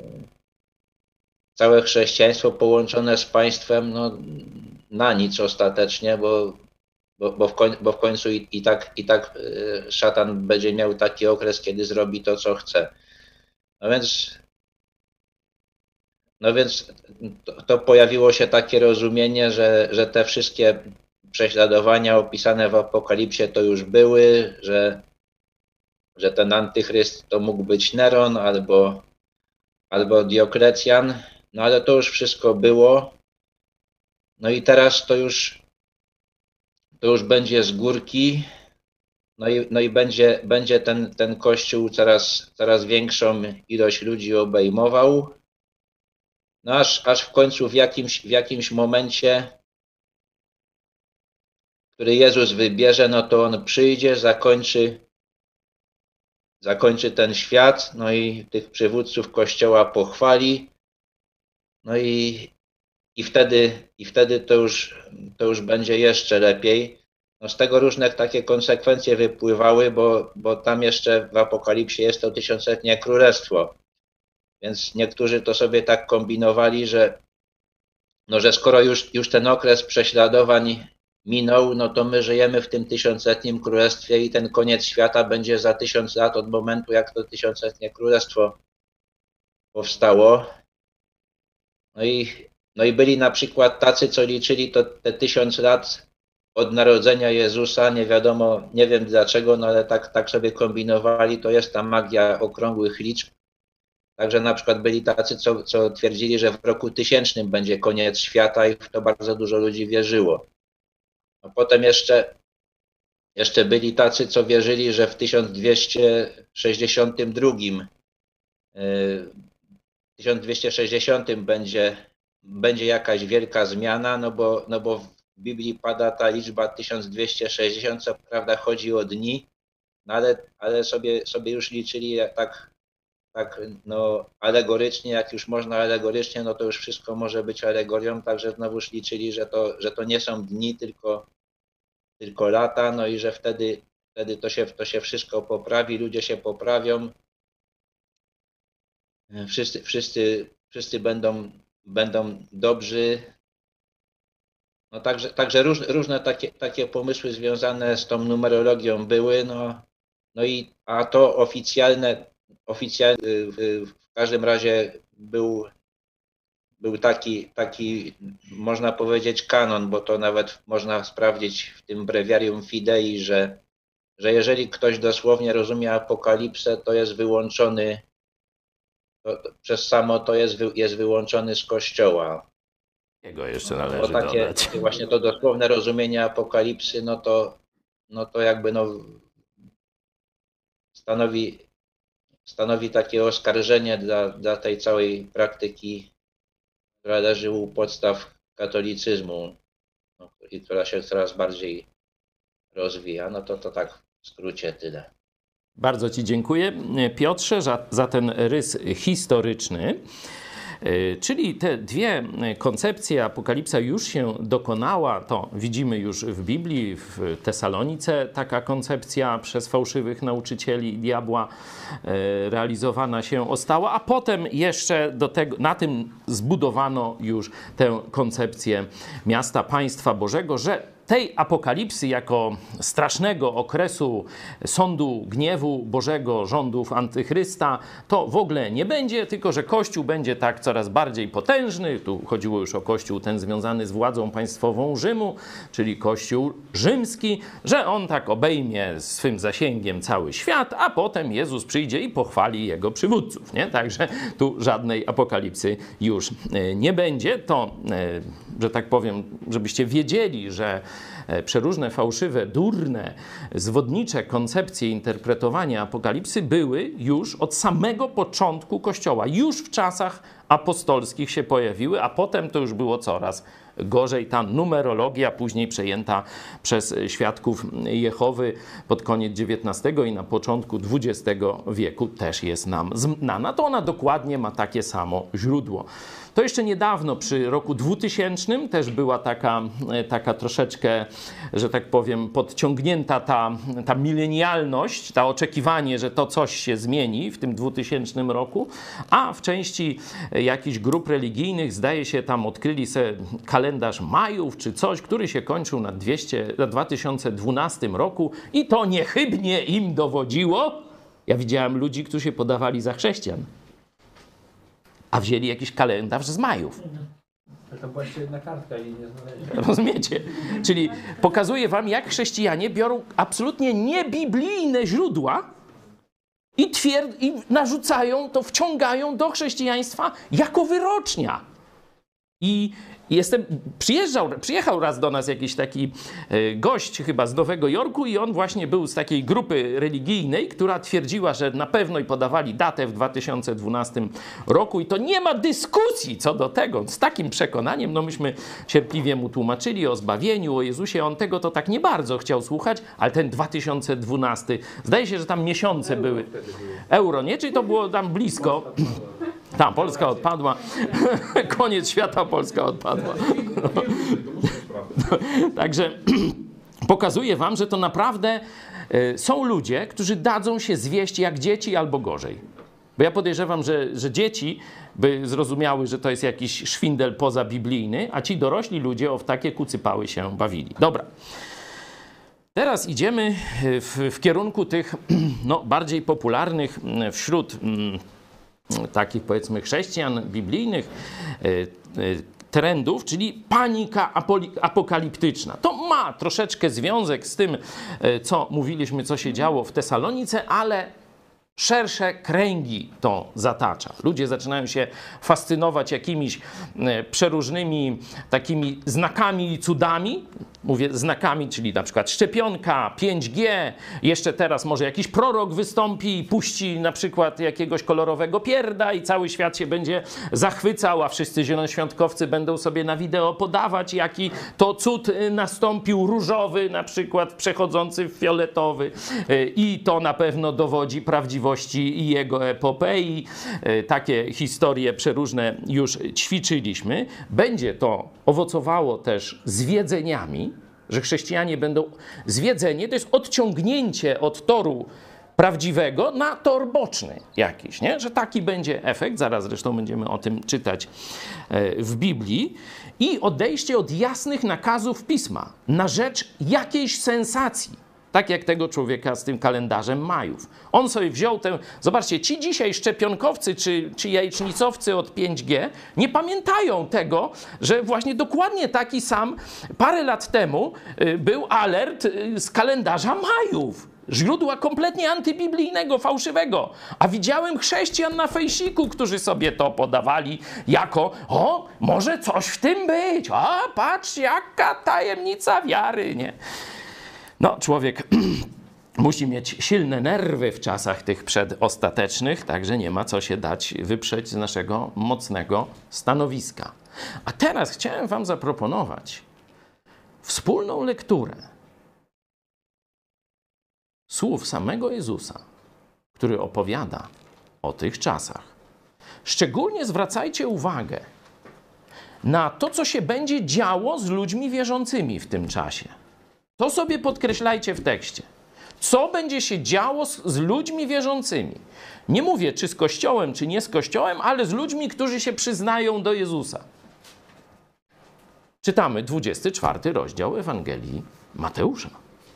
całe chrześcijaństwo połączone z państwem no, na nic ostatecznie, bo, bo, bo, w, koń, bo w końcu i, i, tak, i tak szatan będzie miał taki okres, kiedy zrobi to, co chce. No więc, no więc to, to pojawiło się takie rozumienie, że, że te wszystkie prześladowania opisane w Apokalipsie to już były, że, że ten antychryst to mógł być Neron albo, albo Dioklecjan, no ale to już wszystko było. No i teraz to już, to już będzie z górki. No i, no i będzie, będzie ten, ten kościół coraz, coraz większą ilość ludzi obejmował. No aż, aż w końcu w jakimś, w jakimś momencie, który Jezus wybierze, no to On przyjdzie, zakończy, zakończy ten świat, no i tych przywódców Kościoła pochwali. No i, i, wtedy, i wtedy to już, to już będzie jeszcze lepiej. No z tego różne takie konsekwencje wypływały, bo, bo tam jeszcze w Apokalipsie jest to tysiącletnie królestwo. Więc niektórzy to sobie tak kombinowali, że, no, że skoro już, już ten okres prześladowań minął, no to my żyjemy w tym tysiącletnim królestwie i ten koniec świata będzie za tysiąc lat od momentu, jak to tysiącletnie królestwo powstało. No i, no i byli na przykład tacy, co liczyli to te tysiąc lat od narodzenia Jezusa, nie wiadomo, nie wiem dlaczego, no ale tak, tak sobie kombinowali, to jest ta magia okrągłych liczb. Także na przykład byli tacy, co, co twierdzili, że w roku tysięcznym będzie koniec świata i w to bardzo dużo ludzi wierzyło. A potem jeszcze, jeszcze byli tacy, co wierzyli, że w tysiąc dwieście sześćdziesiątym drugim, tysiąc dwieście sześćdziesiątym będzie, będzie jakaś wielka zmiana, no bo, no bo w Biblii pada ta liczba tysiąc dwieście sześćdziesiąt, co prawda chodzi o dni, no ale, ale sobie, sobie już liczyli tak, tak no alegorycznie, jak już można alegorycznie, no to już wszystko może być alegorią, także znowuż liczyli, że to, że to nie są dni, tylko, tylko lata, no i że wtedy, wtedy to się, to się wszystko poprawi, ludzie się poprawią, wszyscy, wszyscy, wszyscy będą, będą dobrzy. No także, także róż, różne takie, takie pomysły związane z tą numerologią były, no, no i a to oficjalne, oficjalne w, w każdym razie był, był taki, taki, można powiedzieć, kanon, bo to nawet można sprawdzić w tym Breviarium Fidei, że, że jeżeli ktoś dosłownie rozumie apokalipsę, to jest wyłączony, to, to, przez samo to jest, wy, jest wyłączony z Kościoła. Jego jeszcze należy Bo takie, dodać. takie właśnie to dosłowne rozumienie apokalipsy, no to, no to jakby no stanowi, stanowi takie oskarżenie dla, dla tej całej praktyki, która leży u podstaw katolicyzmu, no, i która się coraz bardziej rozwija. No to, to tak w skrócie tyle. Bardzo Ci dziękuję, Piotrze, za, za ten rys historyczny. Czyli te dwie koncepcje, apokalipsa już się dokonała, to widzimy już w Biblii, w Tesalonice taka koncepcja przez fałszywych nauczycieli diabła realizowana się ostała, a potem jeszcze do tego, na tym zbudowano już tę koncepcję miasta państwa Bożego, że tej apokalipsy jako strasznego okresu sądu gniewu Bożego, rządów Antychrysta, to w ogóle nie będzie, tylko że Kościół będzie tak coraz bardziej potężny. Tu chodziło już o Kościół ten związany z władzą państwową Rzymu, czyli Kościół rzymski, że on tak obejmie swym zasięgiem cały świat, a potem Jezus przyjdzie i pochwali jego przywódców. Nie? Także tu żadnej apokalipsy już nie będzie. To, że tak powiem, żebyście wiedzieli, że przeróżne fałszywe, durne, zwodnicze koncepcje interpretowania apokalipsy były już od samego początku Kościoła. Już w czasach apostolskich się pojawiły, a potem to już było coraz gorzej. Ta numerologia później przejęta przez świadków Jehowy pod koniec dziewiętnastego i na początku dwudziestego wieku też jest nam znana. To ona dokładnie ma takie samo źródło. To jeszcze niedawno, przy roku dwutysięcznym, też była taka, taka troszeczkę, że tak powiem, podciągnięta ta, ta milenialność, ta oczekiwanie, że to coś się zmieni w tym dwutysięcznym roku, a w części jakichś grup religijnych, zdaje się, tam odkryli sobie kalendarz Majów czy coś, który się kończył na, dwieście, na dwa tysiące dwunastym roku i to niechybnie im dowodziło. Ja widziałem ludzi, którzy się podawali za chrześcijan, a wzięli jakiś kalendarz z Majów. To była jeszcze jedna kartka i nie znaleźli. Rozumiecie? Czyli pokazuję wam, jak chrześcijanie biorą absolutnie niebiblijne źródła i, twierd- i narzucają to, wciągają do chrześcijaństwa jako wyrocznia. I jestem, przyjeżdżał, przyjechał raz do nas jakiś taki gość chyba z Nowego Jorku i on właśnie był z takiej grupy religijnej, która twierdziła, że na pewno i podawali datę w dwa tysiące dwunastym roku i to nie ma dyskusji co do tego. Z takim przekonaniem, no myśmy cierpliwie mu tłumaczyli o zbawieniu, o Jezusie, on tego to tak nie bardzo chciał słuchać, ale ten dwa tysiące dwunasty, zdaje się, że tam miesiące Euro były. wtedy było. Euro, nie? Czyli to było tam blisko. Tam, Polska odpadła. Koniec świata, Polska odpadła. No. Także pokazuję wam, że to naprawdę są ludzie, którzy dadzą się zwieść jak dzieci albo gorzej. Bo ja podejrzewam, że, że dzieci by zrozumiały, że to jest jakiś szwindel pozabiblijny, a ci dorośli ludzie o w takie kucypały się bawili. Dobra. Teraz idziemy w, w kierunku tych no, bardziej popularnych wśród takich, powiedzmy, chrześcijan biblijnych trendów, czyli panika apokaliptyczna. To ma troszeczkę związek z tym, co mówiliśmy, co się działo w Tesalonice, ale szersze kręgi to zatacza. Ludzie zaczynają się fascynować jakimiś przeróżnymi takimi znakami i cudami. Mówię znakami, czyli na przykład szczepionka, pięć G, jeszcze teraz może jakiś prorok wystąpi i puści na przykład jakiegoś kolorowego pierda i cały świat się będzie zachwycał, a wszyscy zielonoświątkowcy będą sobie na wideo podawać, jaki to cud nastąpił, różowy na przykład, przechodzący w fioletowy, i to na pewno dowodzi prawdziwości jego epopei. Takie historie przeróżne już ćwiczyliśmy. Będzie to owocowało też zwiedzeniami, że chrześcijanie będą zwiedzenie, to jest odciągnięcie od toru prawdziwego na tor boczny jakiś, nie? Że taki będzie efekt, zaraz zresztą będziemy o tym czytać w Biblii, i odejście od jasnych nakazów Pisma na rzecz jakiejś sensacji. Tak jak tego człowieka z tym kalendarzem Majów. On sobie wziął tę... Zobaczcie, ci dzisiaj szczepionkowcy czy, czy jajecznicowcy od pięć G nie pamiętają tego, że właśnie dokładnie taki sam parę lat temu był alert z kalendarza Majów. Źródła kompletnie antybiblijnego, fałszywego. A widziałem chrześcijan na fejsiku, którzy sobie to podawali jako: o, może coś w tym być. A, patrz, jaka tajemnica wiary, nie? No, człowiek musi mieć silne nerwy w czasach tych przedostatecznych, także nie ma co się dać wyprzeć z naszego mocnego stanowiska. A teraz chciałem wam zaproponować wspólną lekturę słów samego Jezusa, który opowiada o tych czasach. Szczególnie zwracajcie uwagę na to, co się będzie działo z ludźmi wierzącymi w tym czasie. To sobie podkreślajcie w tekście. Co będzie się działo z, z ludźmi wierzącymi? Nie mówię, czy z Kościołem, czy nie z Kościołem, ale z ludźmi, którzy się przyznają do Jezusa. Czytamy dwudziesty czwarty rozdział Ewangelii Mateusza.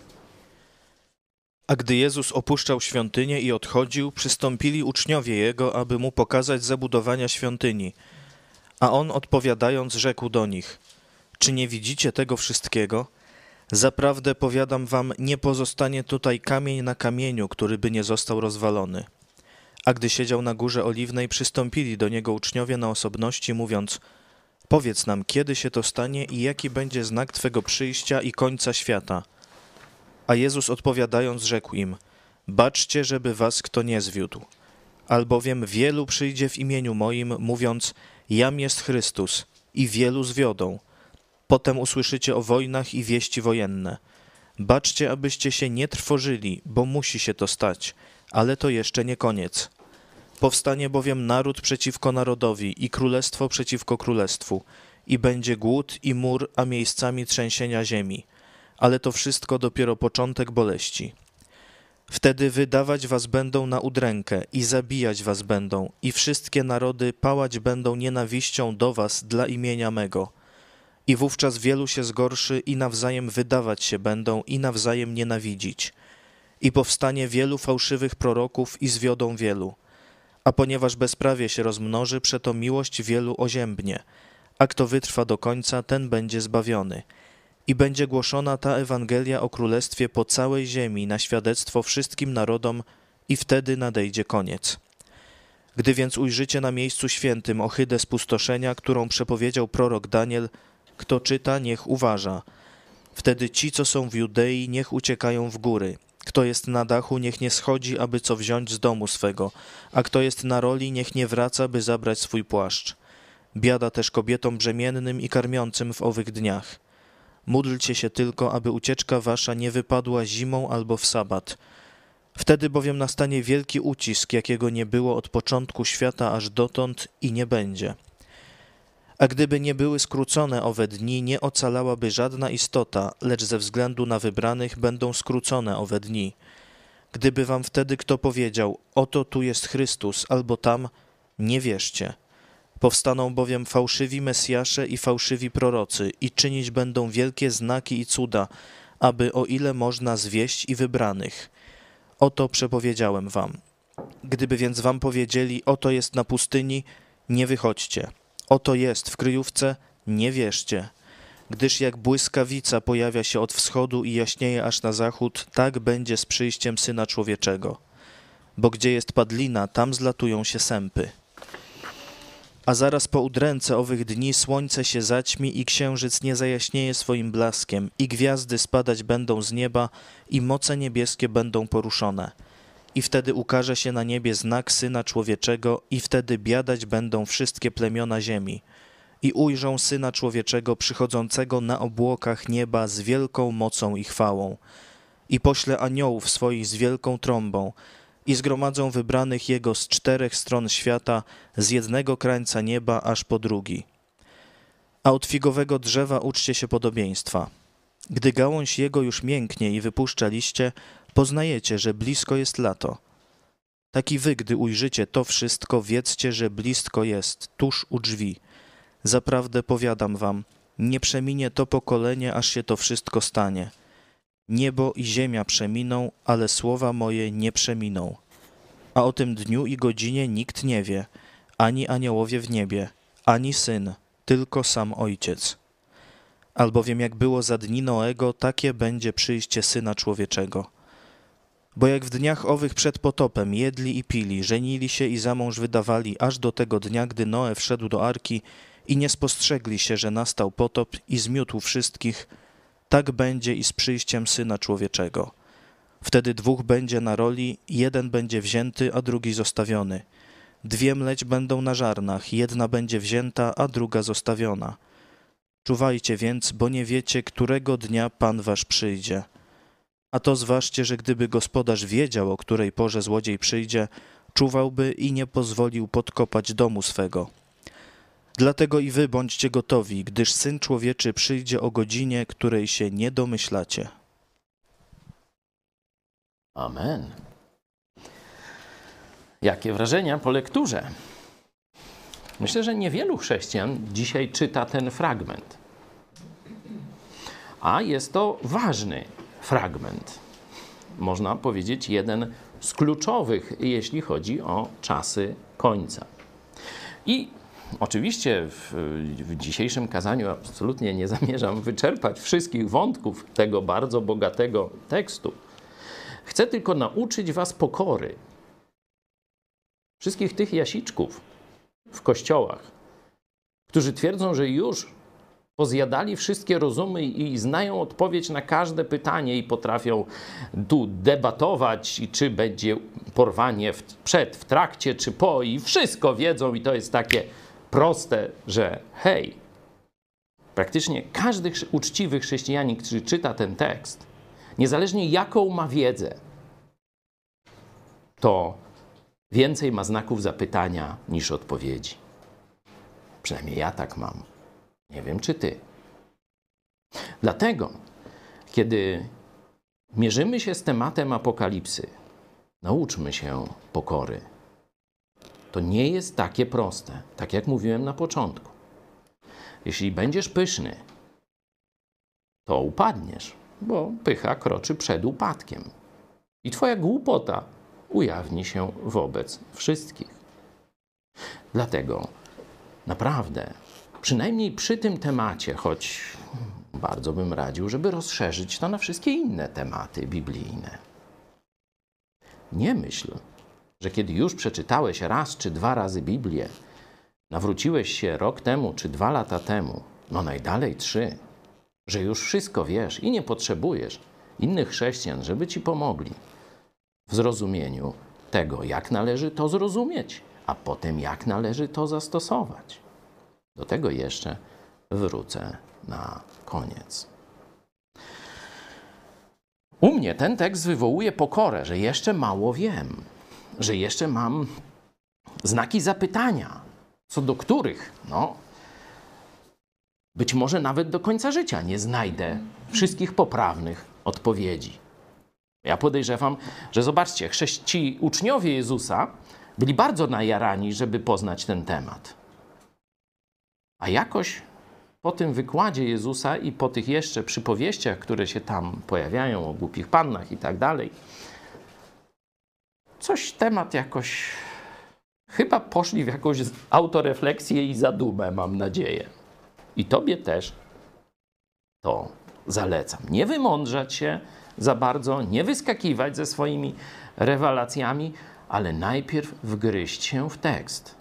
A gdy Jezus opuszczał świątynię i odchodził, przystąpili uczniowie Jego, aby Mu pokazać zabudowania świątyni. A On odpowiadając rzekł do nich: czy nie widzicie tego wszystkiego? Zaprawdę powiadam wam, nie pozostanie tutaj kamień na kamieniu, który by nie został rozwalony. A gdy siedział na Górze Oliwnej, przystąpili do Niego uczniowie na osobności, mówiąc: powiedz nam, kiedy się to stanie i jaki będzie znak Twego przyjścia i końca świata. A Jezus odpowiadając rzekł im: baczcie, żeby was kto nie zwiódł. Albowiem wielu przyjdzie w imieniu moim, mówiąc: jam jest Chrystus, i wielu zwiodą. Potem usłyszycie o wojnach i wieści wojenne. Baczcie, abyście się nie trwożyli, bo musi się to stać, ale to jeszcze nie koniec. Powstanie bowiem naród przeciwko narodowi i królestwo przeciwko królestwu, i będzie głód i mór, a miejscami trzęsienia ziemi. Ale to wszystko dopiero początek boleści. Wtedy wydawać was będą na udrękę i zabijać was będą, i wszystkie narody pałać będą nienawiścią do was dla imienia mego. I wówczas wielu się zgorszy i nawzajem wydawać się będą i nawzajem nienawidzić. I powstanie wielu fałszywych proroków i zwiodą wielu. A ponieważ bezprawie się rozmnoży, przeto miłość wielu oziębnie. A kto wytrwa do końca, ten będzie zbawiony. I będzie głoszona ta Ewangelia o Królestwie po całej ziemi na świadectwo wszystkim narodom i wtedy nadejdzie koniec. Gdy więc ujrzycie na miejscu świętym ohydę spustoszenia, którą przepowiedział prorok Daniel, kto czyta, niech uważa. Wtedy ci, co są w Judei, niech uciekają w góry. Kto jest na dachu, niech nie schodzi, aby co wziąć z domu swego, a kto jest na roli, niech nie wraca, by zabrać swój płaszcz. Biada też kobietom brzemiennym i karmiącym w owych dniach. Módlcie się tylko, aby ucieczka wasza nie wypadła zimą albo w sabat. Wtedy bowiem nastanie wielki ucisk, jakiego nie było od początku świata aż dotąd i nie będzie. A gdyby nie były skrócone owe dni, nie ocalałaby żadna istota, lecz ze względu na wybranych będą skrócone owe dni. Gdyby wam wtedy kto powiedział: oto tu jest Chrystus, albo tam, nie wierzcie. Powstaną bowiem fałszywi Mesjasze i fałszywi prorocy i czynić będą wielkie znaki i cuda, aby o ile można zwieść i wybranych. Oto przepowiedziałem wam. Gdyby więc wam powiedzieli: oto jest na pustyni, nie wychodźcie. Oto jest w kryjówce, nie wierzcie. Gdyż jak błyskawica pojawia się od wschodu i jaśnieje aż na zachód, tak będzie z przyjściem Syna Człowieczego. bo gdzie jest padlina, tam zlatują się sępy. A zaraz po udręce owych dni słońce się zaćmi i księżyc nie zajaśnieje swoim blaskiem, i gwiazdy spadać będą z nieba, i moce niebieskie będą poruszone. I wtedy ukaże się na niebie znak Syna Człowieczego, i wtedy biadać będą wszystkie plemiona ziemi. I ujrzą Syna Człowieczego przychodzącego na obłokach nieba z wielką mocą i chwałą. I pośle aniołów swoich z wielką trąbą, i zgromadzą wybranych Jego z czterech stron świata, z jednego krańca nieba aż po drugi. A od figowego drzewa uczcie się podobieństwa. Gdy gałąź jego już mięknie i wypuszcza liście, poznajecie, że blisko jest lato. Tak i wy, gdy ujrzycie to wszystko, wiedzcie, że blisko jest, tuż u drzwi. Zaprawdę powiadam wam, nie przeminie to pokolenie, aż się to wszystko stanie. Niebo i ziemia przeminą, ale słowa moje nie przeminą. A o tym dniu i godzinie nikt nie wie, ani aniołowie w niebie, ani Syn, tylko sam Ojciec. Albowiem jak było za dni Noego, takie będzie przyjście Syna Człowieczego. Bo jak w dniach owych przed potopem jedli i pili, żenili się i za mąż wydawali, aż do tego dnia, gdy Noe wszedł do arki i nie spostrzegli się, że nastał potop i zmiótł wszystkich, tak będzie i z przyjściem Syna Człowieczego. Wtedy dwóch będzie na roli, jeden będzie wzięty, a drugi zostawiony. Dwie mleć będą na żarnach, jedna będzie wzięta, a druga zostawiona. Czuwajcie więc, bo nie wiecie, którego dnia Pan wasz przyjdzie. A to zważcie, że gdyby gospodarz wiedział, o której porze złodziej przyjdzie, czuwałby i nie pozwolił podkopać domu swego. Dlatego i wy bądźcie gotowi, gdyż Syn Człowieczy przyjdzie o godzinie, której się nie domyślacie. Amen. Jakie wrażenia po lekturze? Myślę, że niewielu chrześcijan dzisiaj czyta ten fragment. A jest to ważny fragment. Można powiedzieć, jeden z kluczowych, jeśli chodzi o czasy końca. I oczywiście w, w dzisiejszym kazaniu absolutnie nie zamierzam wyczerpać wszystkich wątków tego bardzo bogatego tekstu. Chcę tylko nauczyć was pokory. Wszystkich tych jasiczków w kościołach, którzy twierdzą, że już pozjadali wszystkie rozumy i znają odpowiedź na każde pytanie i potrafią tu debatować, czy będzie porwanie w, przed, w trakcie, czy po, i wszystko wiedzą, i to jest takie proste, że hej, praktycznie każdy uczciwy chrześcijanin, który czyta ten tekst, niezależnie jaką ma wiedzę, to więcej ma znaków zapytania niż odpowiedzi. Przynajmniej ja tak mam. Nie wiem, czy ty. Dlatego, kiedy mierzymy się z tematem apokalipsy, nauczmy się pokory. To nie jest takie proste, tak jak mówiłem na początku. Jeśli będziesz pyszny, to upadniesz, bo pycha kroczy przed upadkiem. I twoja głupota ujawni się wobec wszystkich. Dlatego naprawdę, przynajmniej przy tym temacie, choć bardzo bym radził, żeby rozszerzyć to na wszystkie inne tematy biblijne. Nie myśl, że kiedy już przeczytałeś raz czy dwa razy Biblię, nawróciłeś się rok temu czy dwa lata temu, no najdalej trzy, że już wszystko wiesz i nie potrzebujesz innych chrześcijan, żeby ci pomogli w zrozumieniu tego, jak należy to zrozumieć, a potem jak należy to zastosować. Do tego jeszcze wrócę na koniec. U mnie ten tekst wywołuje pokorę, że jeszcze mało wiem, że jeszcze mam znaki zapytania, co do których, no, być może nawet do końca życia nie znajdę wszystkich poprawnych odpowiedzi. Ja podejrzewam, że zobaczcie, ci uczniowie Jezusa byli bardzo najarani, żeby poznać ten temat. A jakoś po tym wykładzie Jezusa i po tych jeszcze przypowieściach, które się tam pojawiają o głupich pannach i tak dalej, coś temat jakoś, chyba poszli w jakąś autorefleksję i zadumę, mam nadzieję. I tobie też to zalecam. Nie wymądrzać się za bardzo, nie wyskakiwać ze swoimi rewelacjami, ale najpierw wgryźć się w tekst.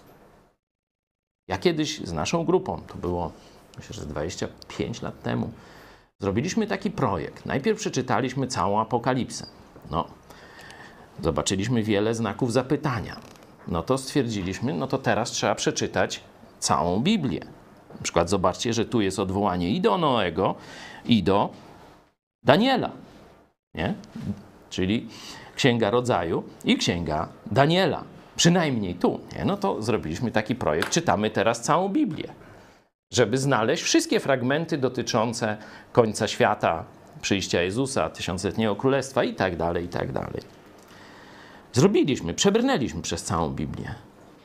Ja kiedyś z naszą grupą, to było myślę, że dwadzieścia pięć lat temu, zrobiliśmy taki projekt. Najpierw przeczytaliśmy całą Apokalipsę. No, zobaczyliśmy wiele znaków zapytania. No to stwierdziliśmy, no to teraz trzeba przeczytać całą Biblię. Na przykład zobaczcie, że tu jest odwołanie i do Noego, i do Daniela. Nie? Czyli Księga Rodzaju i Księga Daniela. Przynajmniej tu. Nie? No to zrobiliśmy taki projekt. Czytamy teraz całą Biblię, żeby znaleźć wszystkie fragmenty dotyczące końca świata, przyjścia Jezusa, tysiącletniego królestwa i tak dalej, i tak dalej. Zrobiliśmy, przebrnęliśmy przez całą Biblię.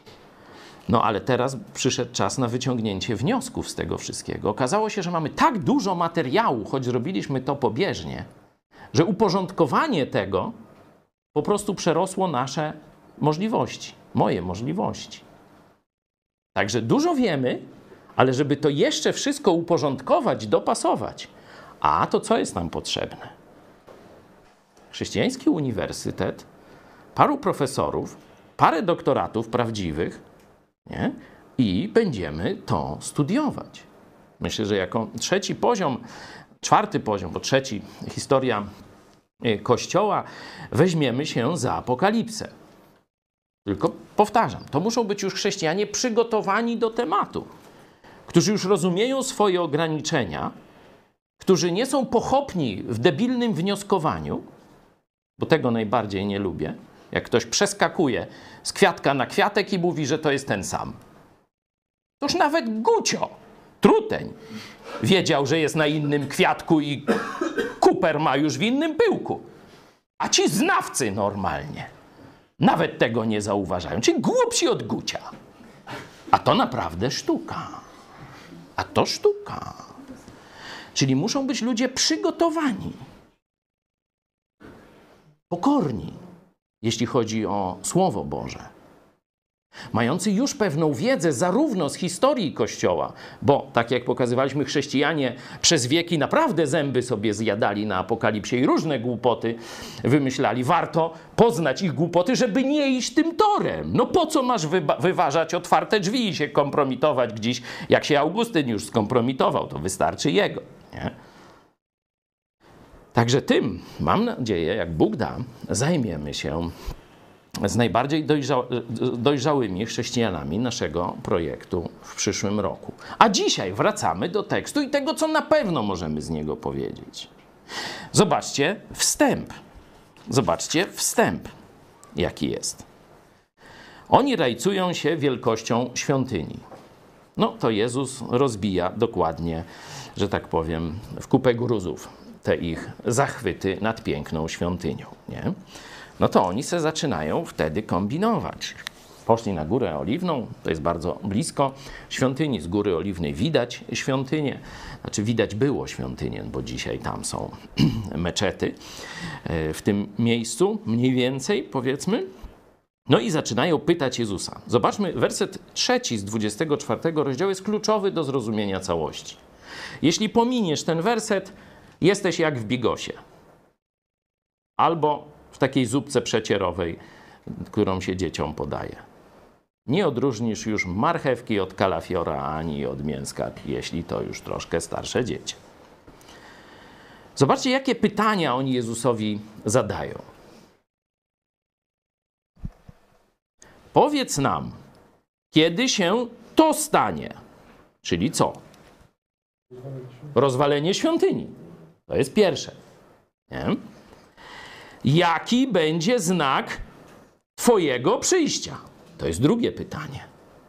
No ale teraz przyszedł czas na wyciągnięcie wniosków z tego wszystkiego. Okazało się, że mamy tak dużo materiału, choć zrobiliśmy to pobieżnie, że uporządkowanie tego po prostu przerosło nasze możliwości, moje możliwości. Także dużo wiemy, ale żeby to jeszcze wszystko uporządkować, dopasować, a to co jest nam potrzebne? Chrześcijański uniwersytet, paru profesorów, parę doktoratów prawdziwych, nie? I będziemy to studiować. Myślę, że jako trzeci poziom, czwarty poziom, bo trzeci, historia Kościoła, weźmiemy się za Apokalipsę. Tylko powtarzam, to muszą być już chrześcijanie przygotowani do tematu, którzy już rozumieją swoje ograniczenia, którzy nie są pochopni w debilnym wnioskowaniu, bo tego najbardziej nie lubię, jak ktoś przeskakuje z kwiatka na kwiatek i mówi, że to jest ten sam. Toż nawet Gucio, truteń, wiedział, że jest na innym kwiatku i kuper ma już w innym pyłku. A ci znawcy normalnie nawet tego nie zauważają. Czyli głupsi od Gucia. A to naprawdę sztuka. A to sztuka. Czyli muszą być ludzie przygotowani. Pokorni, jeśli chodzi o Słowo Boże. Mający już pewną wiedzę zarówno z historii Kościoła, bo tak jak pokazywaliśmy, chrześcijanie przez wieki naprawdę zęby sobie zjadali na Apokalipsie i różne głupoty wymyślali. Warto poznać ich głupoty, żeby nie iść tym torem. No po co masz wyważać otwarte drzwi i się kompromitować gdzieś, jak się Augustyn już skompromitował, to wystarczy jego. Nie? Także tym, mam nadzieję, jak Bóg da, zajmiemy się z najbardziej dojrza dojrzałymi chrześcijanami naszego projektu w przyszłym roku. A dzisiaj wracamy do tekstu i tego, co na pewno możemy z niego powiedzieć. Zobaczcie wstęp. Zobaczcie wstęp, jaki jest. Oni rajcują się wielkością świątyni. No to Jezus rozbija dokładnie, że tak powiem, w kupę gruzów te ich zachwyty nad piękną świątynią, nie? No to oni se zaczynają wtedy kombinować. Poszli na Górę Oliwną, to jest bardzo blisko świątyni. Z Góry Oliwnej widać świątynię, znaczy widać było świątynię, bo dzisiaj tam są meczety w tym miejscu, mniej więcej powiedzmy. No i zaczynają pytać Jezusa. Zobaczmy, werset trzeci z dwudziestego czwartego rozdziału jest kluczowy do zrozumienia całości. Jeśli pominiesz ten werset, jesteś jak w bigosie. Albo w takiej zupce przecierowej, którą się dzieciom podaje. Nie odróżnisz już marchewki od kalafiora, ani od mięska, jeśli to już troszkę starsze dzieci. Zobaczcie, jakie pytania oni Jezusowi zadają. Powiedz nam, kiedy się to stanie? Czyli co? Rozwalenie świątyni. To jest pierwsze. Nie? Jaki będzie znak Twojego przyjścia? To jest drugie pytanie.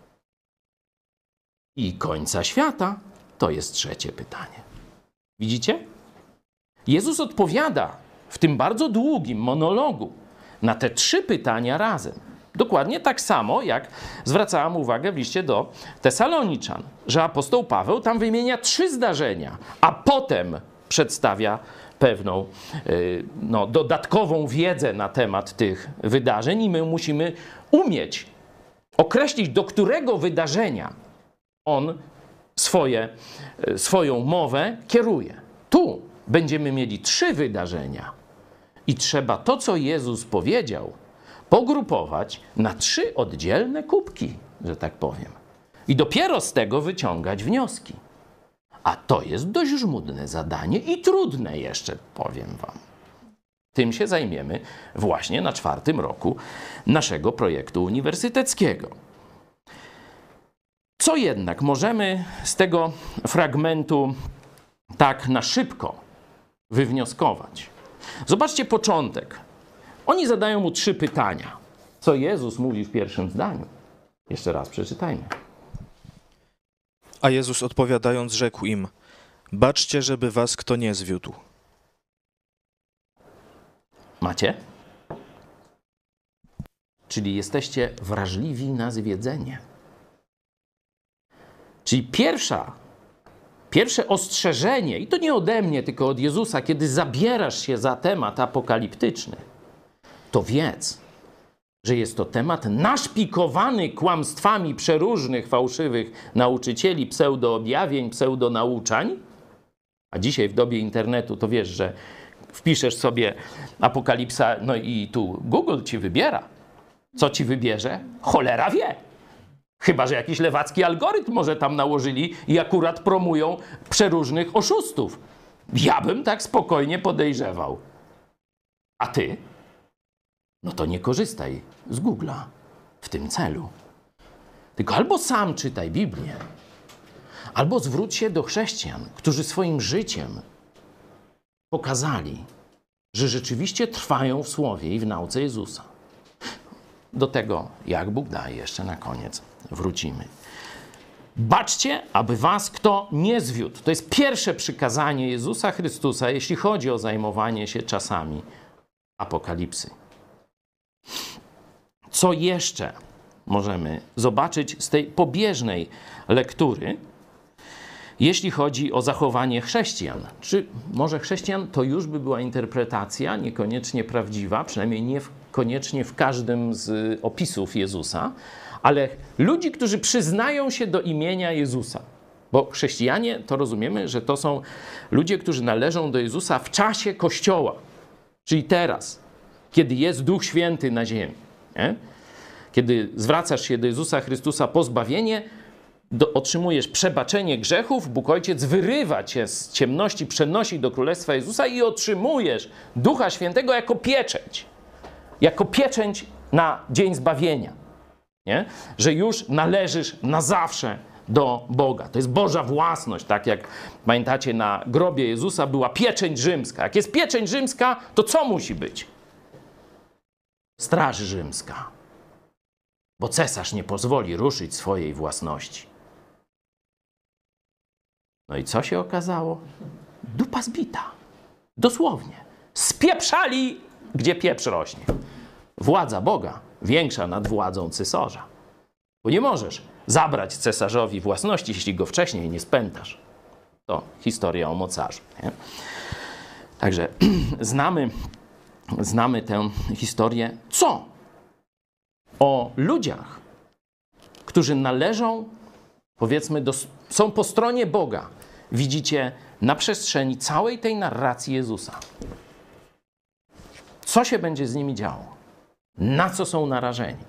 I końca świata? To jest trzecie pytanie. Widzicie? Jezus odpowiada w tym bardzo długim monologu na te trzy pytania razem. Dokładnie tak samo, jak zwracałam uwagę w liście do Tesaloniczan, że apostoł Paweł tam wymienia trzy zdarzenia, a potem przedstawia pewną no, dodatkową wiedzę na temat tych wydarzeń i my musimy umieć określić, do którego wydarzenia on swoje, swoją mowę kieruje. Tu będziemy mieli trzy wydarzenia i trzeba to, co Jezus powiedział, pogrupować na trzy oddzielne kubki, że tak powiem. I dopiero z tego wyciągać wnioski. A to jest dość żmudne zadanie i trudne jeszcze, powiem wam. Tym się zajmiemy właśnie na czwartym roku naszego projektu uniwersyteckiego. Co jednak możemy z tego fragmentu tak na szybko wywnioskować? Zobaczcie początek. Oni zadają mu trzy pytania. Co Jezus mówi w pierwszym zdaniu? Jeszcze raz przeczytajmy. A Jezus odpowiadając rzekł im: baczcie, żeby was kto nie zwiódł. Macie? Czyli jesteście wrażliwi na zwiedzenie. Czyli pierwsza, pierwsze ostrzeżenie, i to nie ode mnie, tylko od Jezusa, kiedy zabierasz się za temat apokaliptyczny, to wiedz, że jest to temat naszpikowany kłamstwami przeróżnych, fałszywych nauczycieli, pseudoobjawień, pseudonauczań. A dzisiaj w dobie internetu to wiesz, że wpiszesz sobie apokalipsa, no i tu Google ci wybiera. Co ci wybierze? Cholera wie. Chyba że jakiś lewacki algorytm może tam nałożyli i akurat promują przeróżnych oszustów. Ja bym tak spokojnie podejrzewał. A ty? No to nie korzystaj z Google'a w tym celu. Tylko albo sam czytaj Biblię, albo zwróć się do chrześcijan, którzy swoim życiem pokazali, że rzeczywiście trwają w słowie i w nauce Jezusa. Do tego, jak Bóg daje, jeszcze na koniec wrócimy. Baczcie, aby was kto nie zwiódł. To jest pierwsze przykazanie Jezusa Chrystusa, jeśli chodzi o zajmowanie się czasami apokalipsy. Co jeszcze możemy zobaczyć z tej pobieżnej lektury, jeśli chodzi o zachowanie chrześcijan? Czy może chrześcijan to już by była interpretacja niekoniecznie prawdziwa, przynajmniej nie w, koniecznie w każdym z opisów Jezusa, ale ludzi, którzy przyznają się do imienia Jezusa. Bo chrześcijanie, to rozumiemy, że to są ludzie, którzy należą do Jezusa w czasie Kościoła, czyli teraz, kiedy jest Duch Święty na ziemi. Nie? Kiedy zwracasz się do Jezusa Chrystusa po zbawienie, do, otrzymujesz przebaczenie grzechów, Bóg Ojciec wyrywa cię z ciemności, przenosi do Królestwa Jezusa i otrzymujesz Ducha Świętego jako pieczęć. Jako pieczęć na dzień zbawienia. Nie? Że już należysz na zawsze do Boga. To jest Boża własność. Tak jak pamiętacie, na grobie Jezusa była pieczęć rzymska. Jak jest pieczęć rzymska, to co musi być? Straż rzymska. Bo cesarz nie pozwoli ruszyć swojej własności. No i co się okazało? Dupa zbita. Dosłownie. Spieprzali, gdzie pieprz rośnie. Władza Boga większa nad władzą cesarza. Bo nie możesz zabrać cesarzowi własności, jeśli go wcześniej nie spętasz. To historia o mocarzu. Nie? Także znamy, znamy tę historię. Co o ludziach, którzy należą, powiedzmy, do, są po stronie Boga, widzicie na przestrzeni całej tej narracji Jezusa? Co się będzie z nimi działo? Na co są narażeni?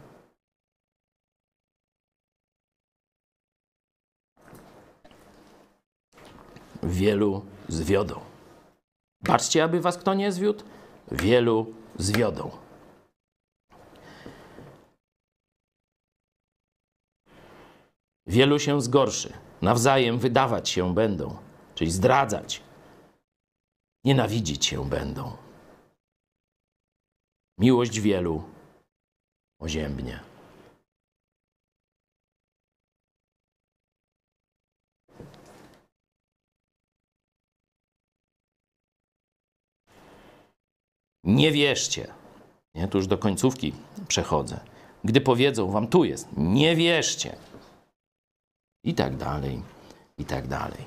Wielu zwiodą. Baczcie, aby was kto nie zwiódł. Wielu zwiodą. Wielu się zgorszy. Nawzajem wydawać się będą, czyli zdradzać. Nienawidzić się będą. Miłość wielu oziębnie. Nie wierzcie. Nie, tu już do końcówki przechodzę. Gdy powiedzą wam, tu jest, nie wierzcie. I tak dalej, i tak dalej.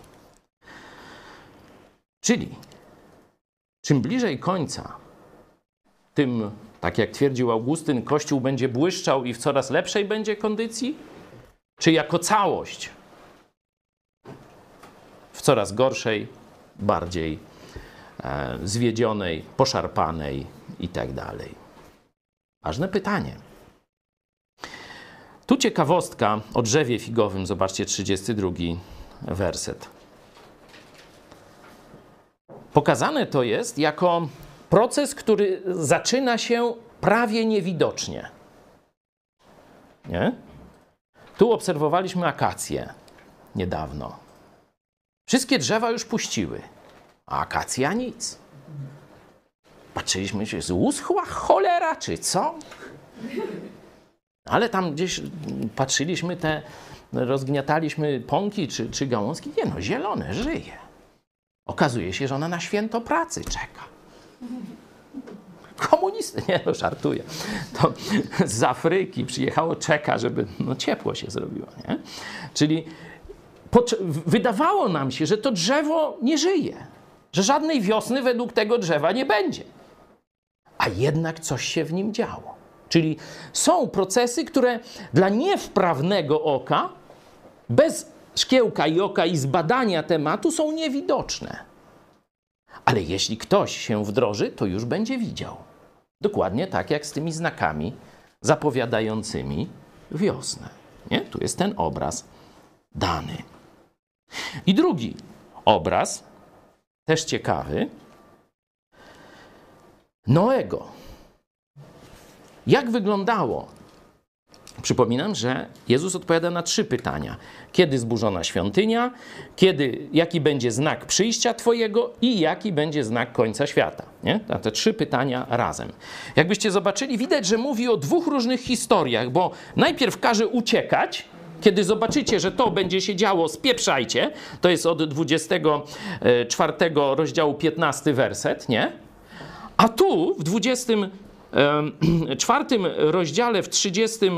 Czyli czym bliżej końca, tym, tak jak twierdził Augustyn, Kościół będzie błyszczał i w coraz lepszej będzie kondycji? Czy jako całość w coraz gorszej, bardziej e, zwiedzionej, poszarpanej i tak dalej? Ważne pytanie. Tu ciekawostka o drzewie figowym. Zobaczcie, trzydziesty drugi werset. Pokazane to jest jako proces, który zaczyna się prawie niewidocznie. Nie? Tu obserwowaliśmy akacje niedawno. Wszystkie drzewa już puściły, a akacja nic. Patrzyliśmy, czy uschła cholera, czy co? Ale tam gdzieś patrzyliśmy, te rozgniataliśmy pąki czy, czy gałązki. Nie no, zielone, żyje. Okazuje się, że ona na święto pracy czeka. Komunisty, nie no, żartuję. To z Afryki przyjechało, czeka, żeby no, ciepło się zrobiło. Nie? Czyli wydawało nam się, że to drzewo nie żyje. Że żadnej wiosny według tego drzewa nie będzie. A jednak coś się w nim działo. Czyli są procesy, które dla niewprawnego oka, bez szkiełka i oka i zbadania tematu są niewidoczne. Ale jeśli ktoś się wdroży, to już będzie widział. Dokładnie tak jak z tymi znakami zapowiadającymi wiosnę. Nie? Tu jest ten obraz dany. I drugi obraz, też ciekawy, Noego. Jak wyglądało? Przypominam, że Jezus odpowiada na trzy pytania. Kiedy zburzona świątynia, kiedy, jaki będzie znak przyjścia Twojego i jaki będzie znak końca świata. Nie? Te trzy pytania razem. Jakbyście zobaczyli, widać, że mówi o dwóch różnych historiach, bo najpierw każe uciekać. Kiedy zobaczycie, że to będzie się działo, spieprzajcie. To jest od dwudziestego czwartego rozdziału piętnasty werset, nie? A tu w dwudziestym czwartym rozdziale, w trzydziestym,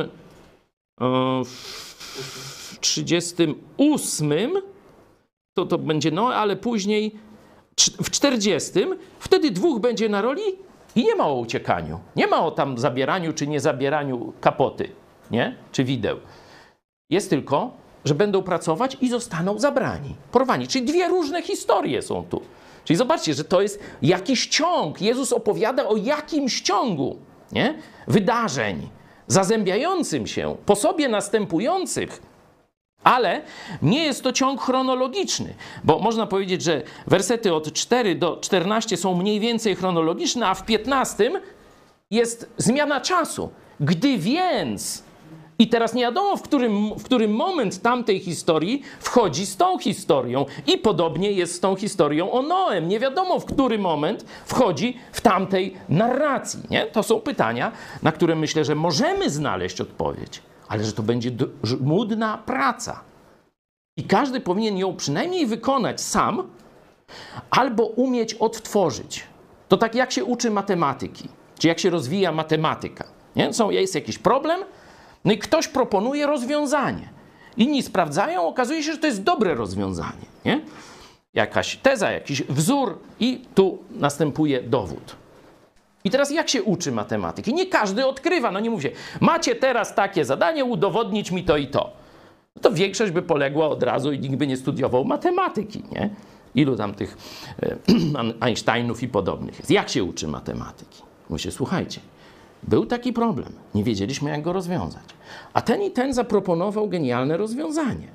w trzydziestym ósmym, to, to będzie no, ale później w czterdziestym, wtedy dwóch będzie na roli i nie ma o uciekaniu. Nie ma o tam zabieraniu czy nie zabieraniu kapoty, nie? Czy wideł. Jest tylko, że będą pracować i zostaną zabrani, porwani. Czyli dwie różne historie są tu. Czyli zobaczcie, że to jest jakiś ciąg. Jezus opowiada o jakimś ciągu, nie? Wydarzeń zazębiającym się, po sobie następujących, ale nie jest to ciąg chronologiczny, bo można powiedzieć, że wersety od czterech do czternastu są mniej więcej chronologiczne, a w piętnastym jest zmiana czasu. Gdy więc... I teraz nie wiadomo, w którym, w którym moment tamtej historii wchodzi z tą historią. I podobnie jest z tą historią o Noem. Nie wiadomo, w który moment wchodzi w tamtej narracji. Nie? To są pytania, na które myślę, że możemy znaleźć odpowiedź, ale że to będzie żmudna praca. I każdy powinien ją przynajmniej wykonać sam, albo umieć odtworzyć. To tak jak się uczy matematyki, czy jak się rozwija matematyka. Nie? Są, jest jakiś problem, no i ktoś proponuje rozwiązanie. Inni sprawdzają, okazuje się, że to jest dobre rozwiązanie. Nie? Jakaś teza, jakiś wzór i tu następuje dowód. I teraz jak się uczy matematyki? Nie każdy odkrywa. No nie mówię, macie teraz takie zadanie, udowodnić mi to i to. No to większość by poległa od razu i nikt by nie studiował matematyki. Nie? Ilu tam tych e, Einsteinów i podobnych jest. Jak się uczy matematyki? Mówię, słuchajcie, był taki problem. Nie wiedzieliśmy, jak go rozwiązać. A ten i ten zaproponował genialne rozwiązanie.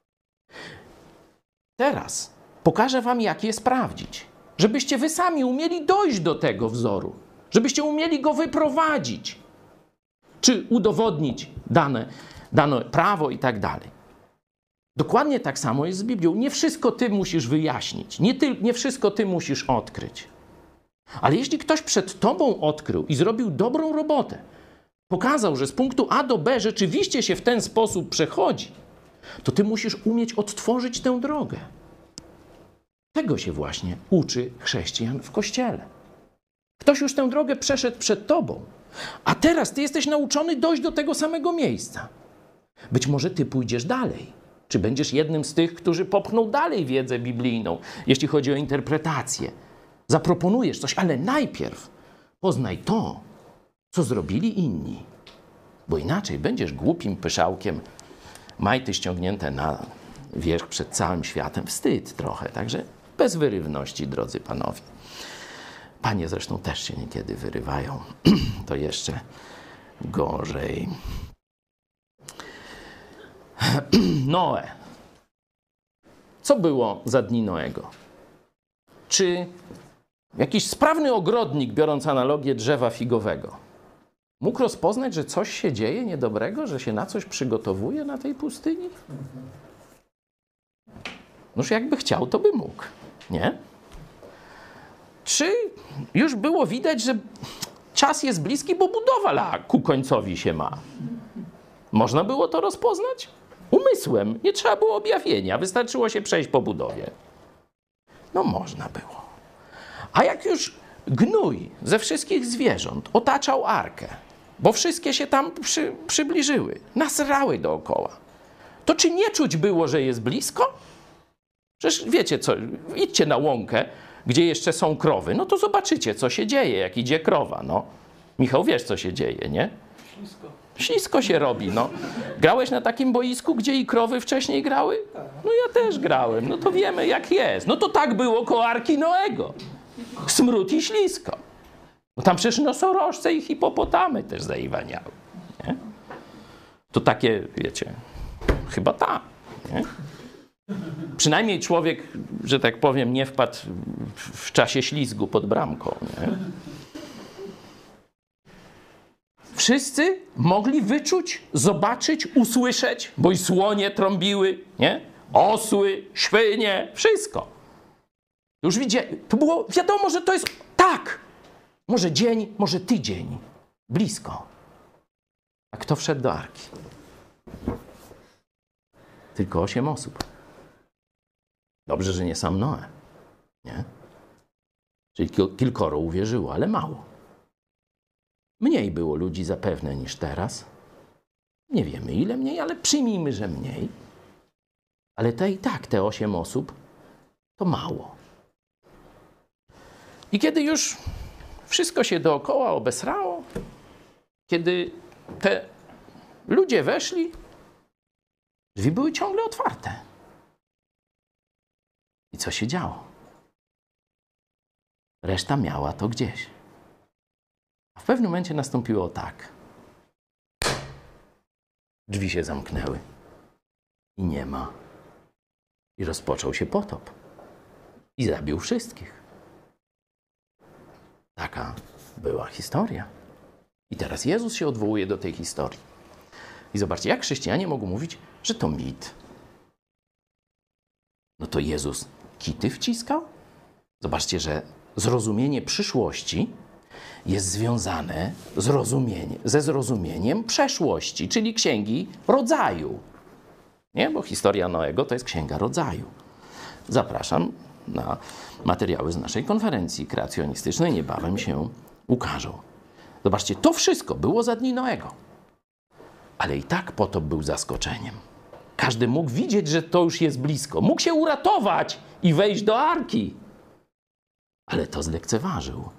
Teraz pokażę wam, jak je sprawdzić. Żebyście wy sami umieli dojść do tego wzoru. Żebyście umieli go wyprowadzić. Czy udowodnić dane, dane prawo i tak dalej. Dokładnie tak samo jest z Biblią. Nie wszystko ty musisz wyjaśnić. Nie, ty, nie wszystko ty musisz odkryć. Ale jeśli ktoś przed tobą odkrył i zrobił dobrą robotę, pokazał, że z punktu A do B rzeczywiście się w ten sposób przechodzi, to ty musisz umieć odtworzyć tę drogę. Tego się właśnie uczy chrześcijan w Kościele. Ktoś już tę drogę przeszedł przed tobą, a teraz ty jesteś nauczony dojść do tego samego miejsca. Być może ty pójdziesz dalej. Czy będziesz jednym z tych, którzy popchną dalej wiedzę biblijną, jeśli chodzi o interpretację. Zaproponujesz coś, ale najpierw poznaj to, co zrobili inni. Bo inaczej będziesz głupim pyszałkiem, majty ściągnięte na wierzch przed całym światem. Wstyd trochę, także bez wyrywności, drodzy panowie. Panie zresztą też się niekiedy wyrywają. To jeszcze gorzej. Noe. Co było za dni Noego? Czy jakiś sprawny ogrodnik, biorąc analogię drzewa figowego, mógł rozpoznać, że coś się dzieje niedobrego, że się na coś przygotowuje na tej pustyni? Noż jakby chciał, to by mógł, nie? Czy już było widać, że czas jest bliski, bo budowa ku końcowi się ma? Można było to rozpoznać? Umysłem. Nie trzeba było objawienia. Wystarczyło się przejść po budowie. No można było. A jak już gnój ze wszystkich zwierząt otaczał arkę, bo wszystkie się tam przy, przybliżyły, nasrały dookoła, to czy nie czuć było, że jest blisko? Przecież wiecie co, idźcie na łąkę, gdzie jeszcze są krowy, no to zobaczycie, co się dzieje, jak idzie krowa, no. Michał, wiesz, co się dzieje, nie? Ślisko. Ślisko się robi, no. Grałeś na takim boisku, gdzie i krowy wcześniej grały? No ja też grałem, no to wiemy, jak jest. No to tak było koło Arki Noego. Smród i ślisko. No tam przecież nosorożce i hipopotamy też zaiwaniały, nie? To takie, wiecie, chyba tak, nie? Przynajmniej człowiek, że tak powiem, nie wpadł w czasie ślizgu pod bramką, nie? Wszyscy mogli wyczuć, zobaczyć, usłyszeć, bo i słonie trąbiły, nie? Osły, świnie, wszystko. Już widzieli, to było wiadomo, że to jest tak. Może dzień, może tydzień. Blisko. A kto wszedł do arki? Tylko osiem osób. Dobrze, że nie sam Noe. Nie? Czyli kil kilkoro uwierzyło, ale mało. Mniej było ludzi zapewne niż teraz. Nie wiemy ile mniej, ale przyjmijmy, że mniej. Ale to i tak te osiem osób to mało. I kiedy już wszystko się dookoła obesrało, kiedy te ludzie weszli, drzwi były ciągle otwarte. I co się działo? Reszta miała to gdzieś. A w pewnym momencie nastąpiło tak. Drzwi się zamknęły. I nie ma. I rozpoczął się potop. I zabił wszystkich. Taka była historia. I teraz Jezus się odwołuje do tej historii. I zobaczcie, jak chrześcijanie mogą mówić, że to mit. No to Jezus kity wciskał? Zobaczcie, że zrozumienie przyszłości jest związane z rozumienie, ze zrozumieniem przeszłości, czyli księgi rodzaju. Nie? Bo historia Noego to jest księga rodzaju. Zapraszam na materiały z naszej konferencji kreacjonistycznej, niebawem się ukażą. Zobaczcie, to wszystko było za dni Noego. Ale i tak potop był zaskoczeniem. Każdy mógł widzieć, że to już jest blisko. Mógł się uratować i wejść do arki. Ale to zlekceważył.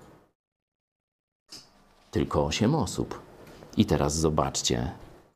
Tylko osiem osób. I teraz zobaczcie.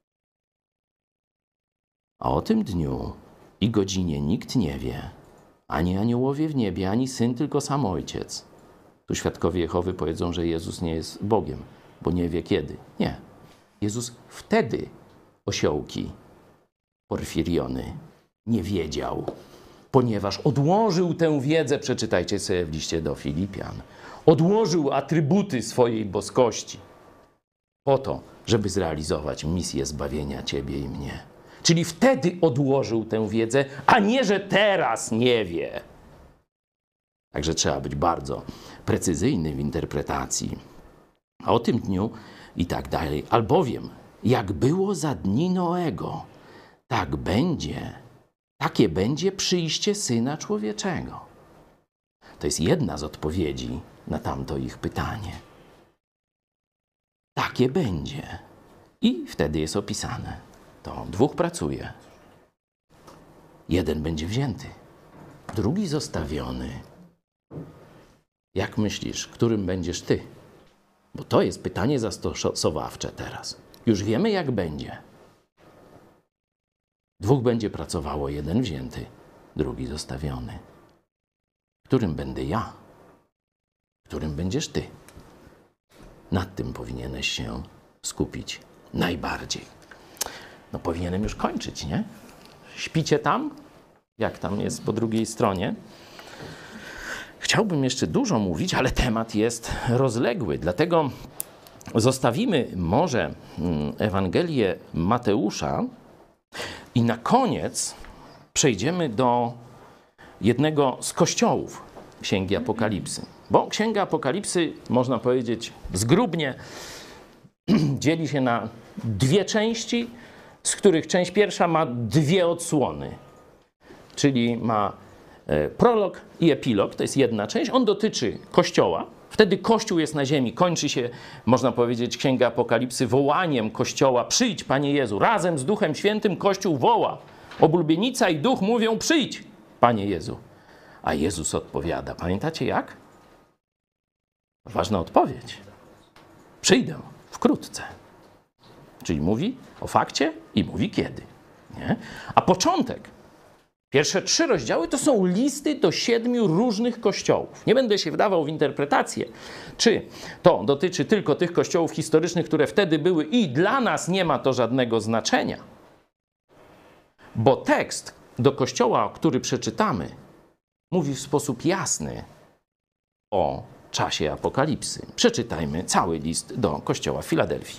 A o tym dniu i godzinie nikt nie wie. Ani aniołowie w niebie, ani Syn, tylko sam Ojciec. Tu świadkowie Jehowy powiedzą, że Jezus nie jest Bogiem, bo nie wie kiedy. Nie. Jezus wtedy, osiołki, porfiriony, nie wiedział, ponieważ odłożył tę wiedzę, przeczytajcie sobie w liście do Filipian, odłożył atrybuty swojej boskości po to, żeby zrealizować misję zbawienia ciebie i mnie. Czyli wtedy odłożył tę wiedzę, a nie, że teraz nie wie. Także trzeba być bardzo precyzyjny w interpretacji. A o tym dniu i tak dalej. Albowiem, jak było za dni Noego, tak będzie, takie będzie przyjście Syna Człowieczego. To jest jedna z odpowiedzi na tamto ich pytanie. Takie będzie. I wtedy jest opisane. To dwóch pracuje. Jeden będzie wzięty, drugi zostawiony. Jak myślisz, którym będziesz ty? Bo to jest pytanie zastosowawcze teraz. Już wiemy, jak będzie. Dwóch będzie pracowało, jeden wzięty, drugi zostawiony. Którym będę ja? Którym będziesz ty? Nad tym powinieneś się skupić najbardziej. No powinienem już kończyć, nie? Śpicie tam? Jak tam jest po drugiej stronie? Chciałbym jeszcze dużo mówić, ale temat jest rozległy. Dlatego zostawimy może Ewangelię Mateusza i na koniec przejdziemy do jednego z kościołów Księgi Apokalipsy. Bo Księga Apokalipsy, można powiedzieć zgrubnie, dzieli się na dwie części, z których część pierwsza ma dwie odsłony. Czyli ma prolog i epilog, to jest jedna część. On dotyczy Kościoła. Wtedy Kościół jest na ziemi. Kończy się, można powiedzieć, Księga Apokalipsy wołaniem Kościoła: przyjdź, Panie Jezu. Razem z Duchem Świętym Kościół woła. Oblubienica i Duch mówią: przyjdź, Panie Jezu. A Jezus odpowiada. Pamiętacie jak? Ważna odpowiedź. Przyjdę wkrótce. Czyli mówi o fakcie i mówi kiedy. Nie? A początek, pierwsze trzy rozdziały to są listy do siedmiu różnych kościołów. Nie będę się wdawał w interpretację, czy to dotyczy tylko tych kościołów historycznych, które wtedy były i dla nas nie ma to żadnego znaczenia. Bo tekst do kościoła, który przeczytamy, mówi w sposób jasny o czasie apokalipsy. Przeczytajmy cały list do kościoła w Filadelfii.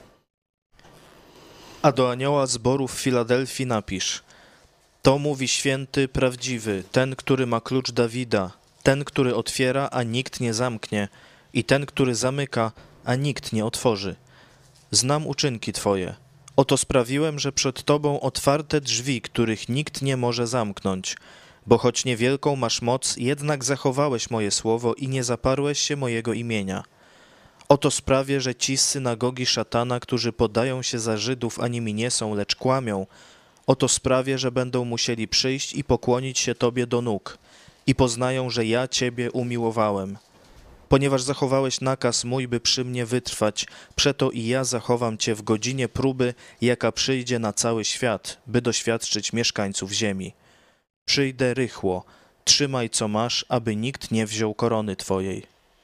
A do anioła zboru w Filadelfii napisz: to mówi święty, prawdziwy, ten, który ma klucz Dawida, ten, który otwiera, a nikt nie zamknie, i ten, który zamyka, a nikt nie otworzy. Znam uczynki Twoje. Oto sprawiłem, że przed Tobą otwarte drzwi, których nikt nie może zamknąć. Bo choć niewielką masz moc, jednak zachowałeś moje słowo i nie zaparłeś się mojego imienia. Oto sprawię, że ci z synagogi szatana, którzy podają się za Żydów, a nimi nie są, lecz kłamią, oto sprawię, że będą musieli przyjść i pokłonić się Tobie do nóg i poznają, że ja Ciebie umiłowałem. Ponieważ zachowałeś nakaz mój, by przy mnie wytrwać, przeto i ja zachowam Cię w godzinie próby, jaka przyjdzie na cały świat, by doświadczyć mieszkańców ziemi. Przyjdę rychło, trzymaj co masz, aby nikt nie wziął korony Twojej.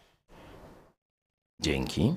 Dzięki.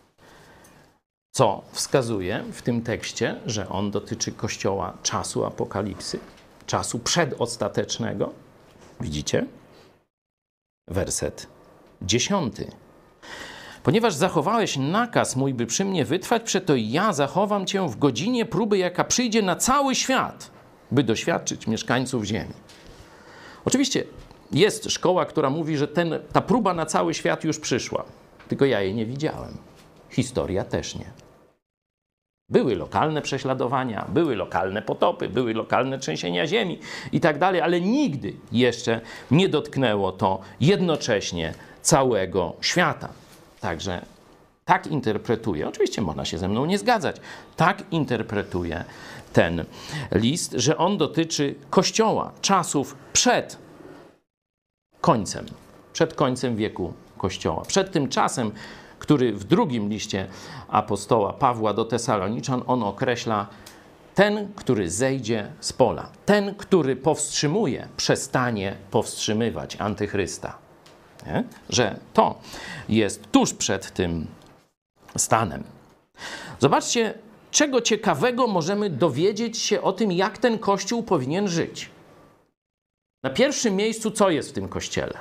Co wskazuje w tym tekście, że on dotyczy Kościoła czasu apokalipsy, czasu przedostatecznego. Widzicie? Werset dziesiąty. Ponieważ zachowałeś nakaz mój, by przy mnie wytrwać, przeto ja zachowam cię w godzinie próby, jaka przyjdzie na cały świat, by doświadczyć mieszkańców ziemi. Oczywiście jest szkoła, która mówi, że ten, ta próba na cały świat już przyszła. Tylko ja jej nie widziałem. Historia też nie. Były lokalne prześladowania, były lokalne potopy, były lokalne trzęsienia ziemi i tak dalej, ale nigdy jeszcze nie dotknęło to jednocześnie całego świata. Także tak interpretuję, oczywiście można się ze mną nie zgadzać, tak interpretuję ten list, że on dotyczy Kościoła, czasów przed końcem, przed końcem wieku Kościoła, przed tym czasem, który w drugim liście apostoła Pawła do Tesaloniczan on określa: ten, który zejdzie z pola, ten, który powstrzymuje, przestanie powstrzymywać antychrysta. Nie? Że to jest tuż przed tym stanem. Zobaczcie, czego ciekawego możemy dowiedzieć się o tym, jak ten Kościół powinien żyć. Na pierwszym miejscu co jest w tym Kościele?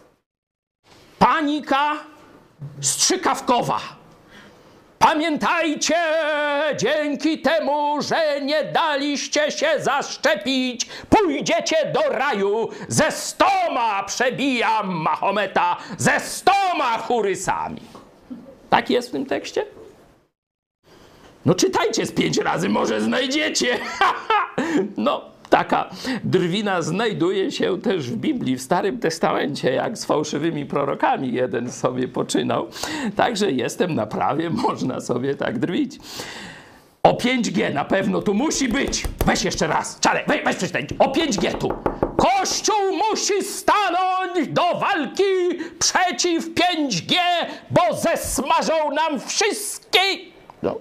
Panika strzykawkowa. Pamiętajcie, dzięki temu, że nie daliście się zaszczepić, pójdziecie do raju. Ze stoma przebijam Mahometa, ze stoma churysami. Tak jest w tym tekście? No czytajcie z pięć razy, może znajdziecie. No, taka drwina znajduje się też w Biblii, w Starym Testamencie, jak z fałszywymi prorokami jeden sobie poczynał. Także jestem na prawie, można sobie tak drwić. O pięć G na pewno tu musi być. Weź jeszcze raz, Czarek, weź, weź przeczytaj. O pięć G tu. Kościół musi stanąć do walki przeciw pięć G, bo zesmażą nam wszystkie... No.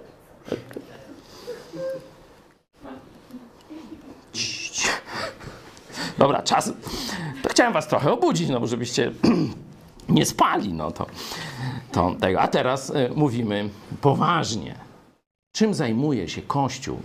Dobra, czas. To chciałem was trochę obudzić, no bo żebyście nie spali, no to, to tego. A teraz y, mówimy poważnie. Czym zajmuje się Kościół,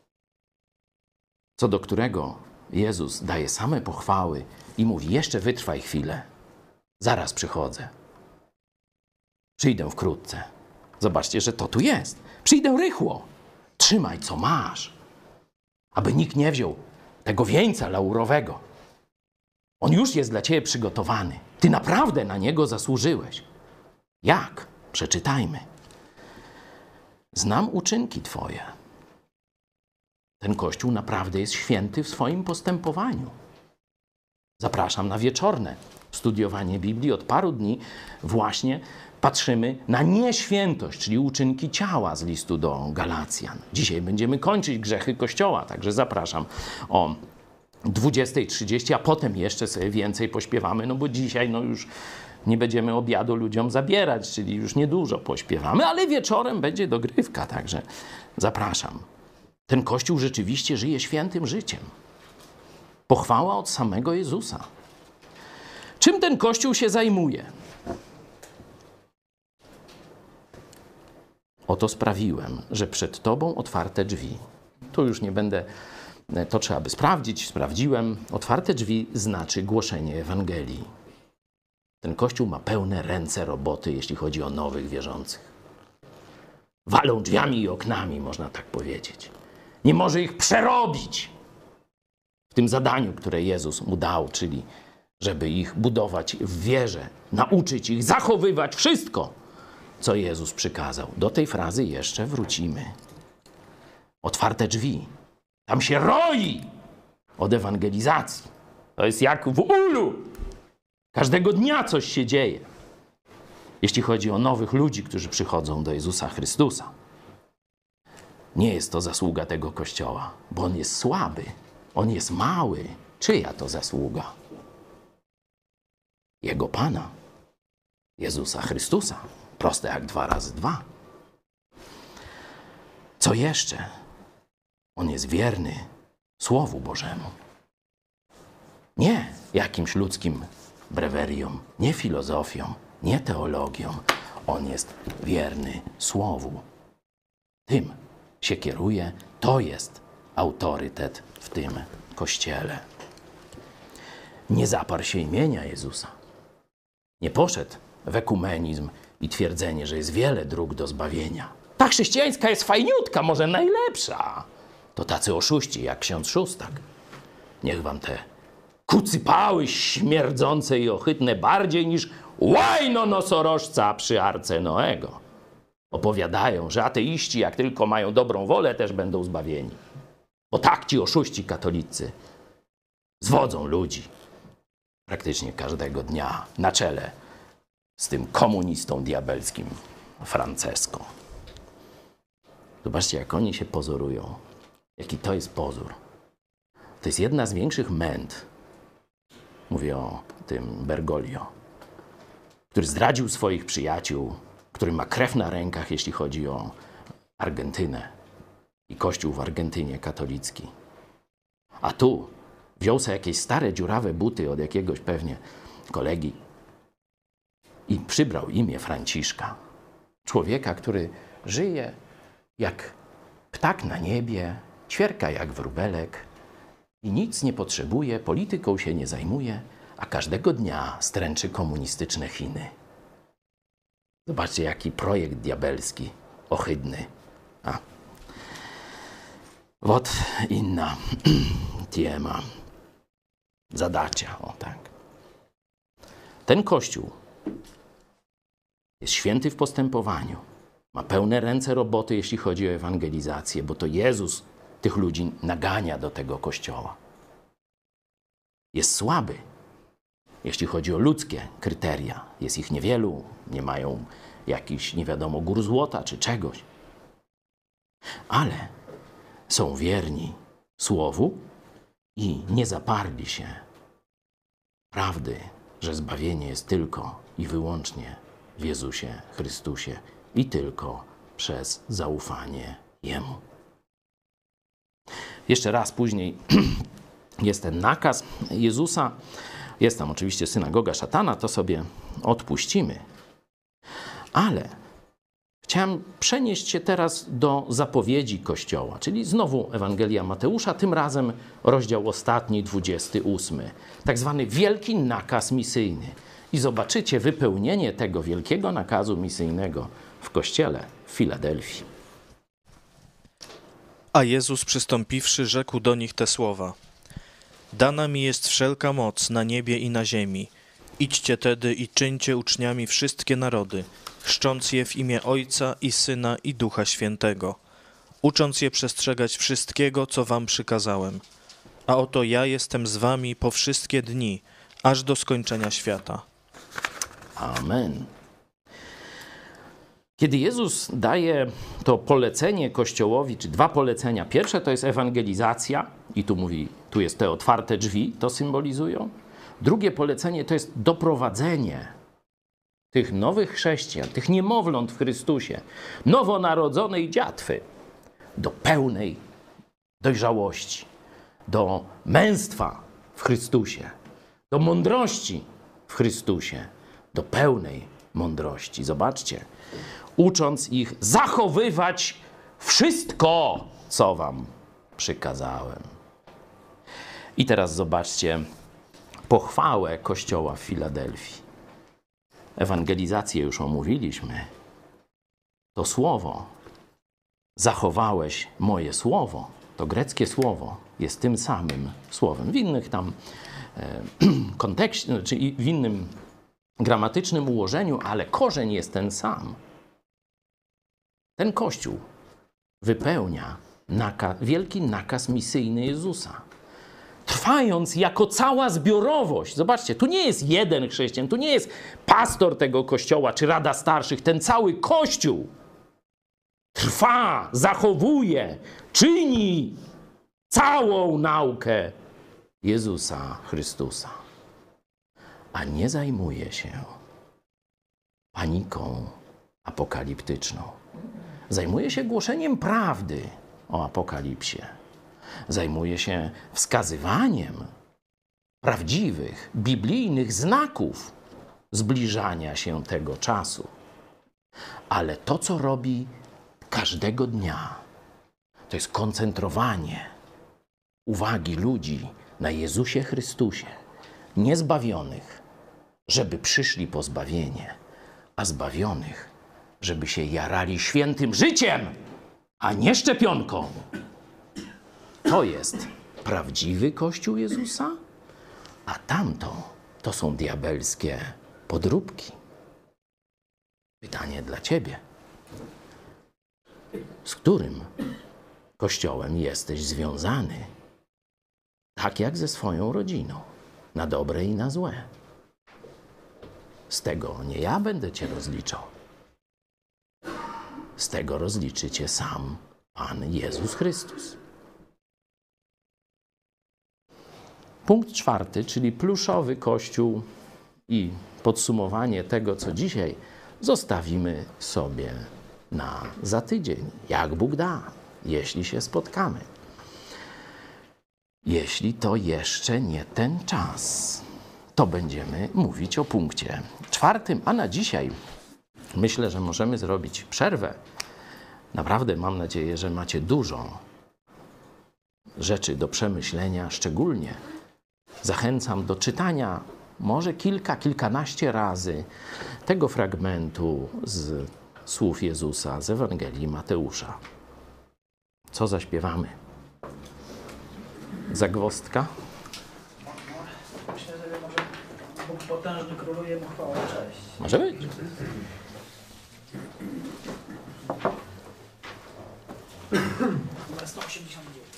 co do którego Jezus daje same pochwały i mówi: jeszcze wytrwaj chwilę, zaraz przychodzę. Przyjdę wkrótce. Zobaczcie, że to tu jest. Przyjdę rychło. Trzymaj, co masz, aby nikt nie wziął tego wieńca laurowego. On już jest dla ciebie przygotowany. Ty naprawdę na niego zasłużyłeś. Jak? Przeczytajmy. Znam uczynki twoje. Ten Kościół naprawdę jest święty w swoim postępowaniu. Zapraszam na wieczorne studiowanie Biblii. Od paru dni właśnie patrzymy na nieświętość, czyli uczynki ciała z listu do Galacjan. Dzisiaj będziemy kończyć grzechy Kościoła, także zapraszam o dwudziestej trzydzieści, a potem jeszcze sobie więcej pośpiewamy, no bo dzisiaj no już nie będziemy obiadu ludziom zabierać, czyli już niedużo pośpiewamy, ale wieczorem będzie dogrywka, także zapraszam. Ten Kościół rzeczywiście żyje świętym życiem. Pochwała od samego Jezusa. Czym ten Kościół się zajmuje? Oto sprawiłem, że przed Tobą otwarte drzwi. Tu już nie będę, to trzeba by sprawdzić, sprawdziłem. Otwarte drzwi znaczy głoszenie Ewangelii. Ten Kościół ma pełne ręce roboty, jeśli chodzi o nowych wierzących. Walą drzwiami i oknami, można tak powiedzieć. Nie może ich przerobić w tym zadaniu, które Jezus mu dał, czyli żeby ich budować w wierze, nauczyć ich zachowywać wszystko, co Jezus przykazał. Do tej frazy jeszcze wrócimy. Otwarte drzwi. Tam się roi od ewangelizacji. To jest jak w ulu. Każdego dnia coś się dzieje. Jeśli chodzi o nowych ludzi, którzy przychodzą do Jezusa Chrystusa. Nie jest to zasługa tego Kościoła, bo on jest słaby. On jest mały. Czyja to zasługa? Jego Pana. Jezusa Chrystusa. Proste jak dwa razy dwa. Co jeszcze? On jest wierny Słowu Bożemu. Nie jakimś ludzkim breweriom, nie filozofią, nie teologią. On jest wierny Słowu. Tym się kieruje. To jest autorytet w tym Kościele. Nie zaparł się imienia Jezusa. Nie poszedł w ekumenizm i twierdzenie, że jest wiele dróg do zbawienia. Ta chrześcijańska jest fajniutka, może najlepsza. To tacy oszuści jak ksiądz Szóstak. Niech wam te kucypały śmierdzące i ohydne bardziej niż łajno nosorożca przy arce Noego. Opowiadają, że ateiści, jak tylko mają dobrą wolę, też będą zbawieni. Bo tak ci oszuści katolicy zwodzą ludzi praktycznie każdego dnia na czele z tym komunistą diabelskim Francesco. Zobaczcie, jak oni się pozorują. Jaki to jest pozór. To jest jedna z większych męd. Mówię o tym Bergoglio, który zdradził swoich przyjaciół, który ma krew na rękach, jeśli chodzi o Argentynę i kościół w Argentynie katolicki. A tu wziął sobie jakieś stare, dziurawe buty od jakiegoś pewnie kolegi i przybrał imię Franciszka. Człowieka, który żyje jak ptak na niebie, ćwierka jak wróbelek i nic nie potrzebuje, polityką się nie zajmuje, a każdego dnia stręczy komunistyczne Chiny. Zobaczcie, jaki projekt diabelski, ohydny. A. Wot inna tiema. Zadacia, o tak. Ten Kościół jest święty w postępowaniu. Ma pełne ręce roboty, jeśli chodzi o ewangelizację, bo to Jezus tych ludzi nagania do tego Kościoła. Jest słaby, jeśli chodzi o ludzkie kryteria. Jest ich niewielu, nie mają jakichś, nie wiadomo, gór złota czy czegoś. Ale są wierni Słowu i nie zaparli się prawdy, że zbawienie jest tylko i wyłącznie w Jezusie Chrystusie i tylko przez zaufanie Jemu. Jeszcze raz później jest ten nakaz Jezusa. Jest tam oczywiście synagoga szatana, to sobie odpuścimy. Ale chciałem przenieść się teraz do zapowiedzi Kościoła, czyli znowu Ewangelia Mateusza, tym razem rozdział ostatni, dwudziesty ósmy, tak zwany wielki nakaz misyjny. I zobaczycie wypełnienie tego wielkiego nakazu misyjnego w Kościele w Filadelfii. A Jezus przystąpiwszy, rzekł do nich te słowa. Dana mi jest wszelka moc na niebie i na ziemi. Idźcie tedy i czyńcie uczniami wszystkie narody, chrzcząc je w imię Ojca i Syna i Ducha Świętego, ucząc je przestrzegać wszystkiego, co wam przykazałem. A oto ja jestem z wami po wszystkie dni, aż do skończenia świata. Amen. Kiedy Jezus daje to polecenie Kościołowi, czy dwa polecenia, pierwsze to jest ewangelizacja i tu mówi, tu jest te otwarte drzwi, to symbolizują. Drugie polecenie to jest doprowadzenie tych nowych chrześcijan, tych niemowląt w Chrystusie, nowonarodzonej dziatwy do pełnej dojrzałości, do męstwa w Chrystusie, do mądrości w Chrystusie, do pełnej mądrości. Zobaczcie, ucząc ich zachowywać wszystko, co wam przykazałem. I teraz zobaczcie pochwałę Kościoła w Filadelfii. Ewangelizację już omówiliśmy. To słowo, zachowałeś moje słowo, to greckie słowo jest tym samym słowem. W innych tam e, kontekście, czy w innym gramatycznym ułożeniu, ale korzeń jest ten sam. Ten Kościół wypełnia nakaz, wielki nakaz misyjny Jezusa. Trwając jako cała zbiorowość. Zobaczcie, tu nie jest jeden chrześcijan, tu nie jest pastor tego kościoła, czy rada starszych. Ten cały Kościół trwa, zachowuje, czyni całą naukę Jezusa Chrystusa. A nie zajmuje się paniką apokaliptyczną. Zajmuje się głoszeniem prawdy o apokalipsie. Zajmuje się wskazywaniem prawdziwych, biblijnych znaków zbliżania się tego czasu. Ale to, co robi każdego dnia, to jest koncentrowanie uwagi ludzi na Jezusie Chrystusie, niezbawionych, żeby przyszli po zbawienie, a zbawionych, żeby się jarali świętym życiem, a nie szczepionką. To jest prawdziwy Kościół Jezusa, a tamto to są diabelskie podróbki. Pytanie dla ciebie. Z którym Kościołem jesteś związany? Tak jak ze swoją rodziną, na dobre i na złe. Z tego nie ja będę cię rozliczał. Z tego rozliczy cię sam Pan Jezus Chrystus. Punkt czwarty, czyli pluszowy Kościół i podsumowanie tego, co dzisiaj, zostawimy sobie na za tydzień, jak Bóg da, jeśli się spotkamy. Jeśli to jeszcze nie ten czas, to będziemy mówić o punkcie czwartym, a na dzisiaj myślę, że możemy zrobić przerwę. Naprawdę mam nadzieję, że macie dużo rzeczy do przemyślenia, szczególnie zachęcam do czytania może kilka, kilkanaście razy tego fragmentu z słów Jezusa z Ewangelii Mateusza. Co zaśpiewamy? Zagwozdka? Myślę, że może Bóg potężny króluje, mu chwała, cześć. Może być. Numer sto osiemdziesiąt dziewięć.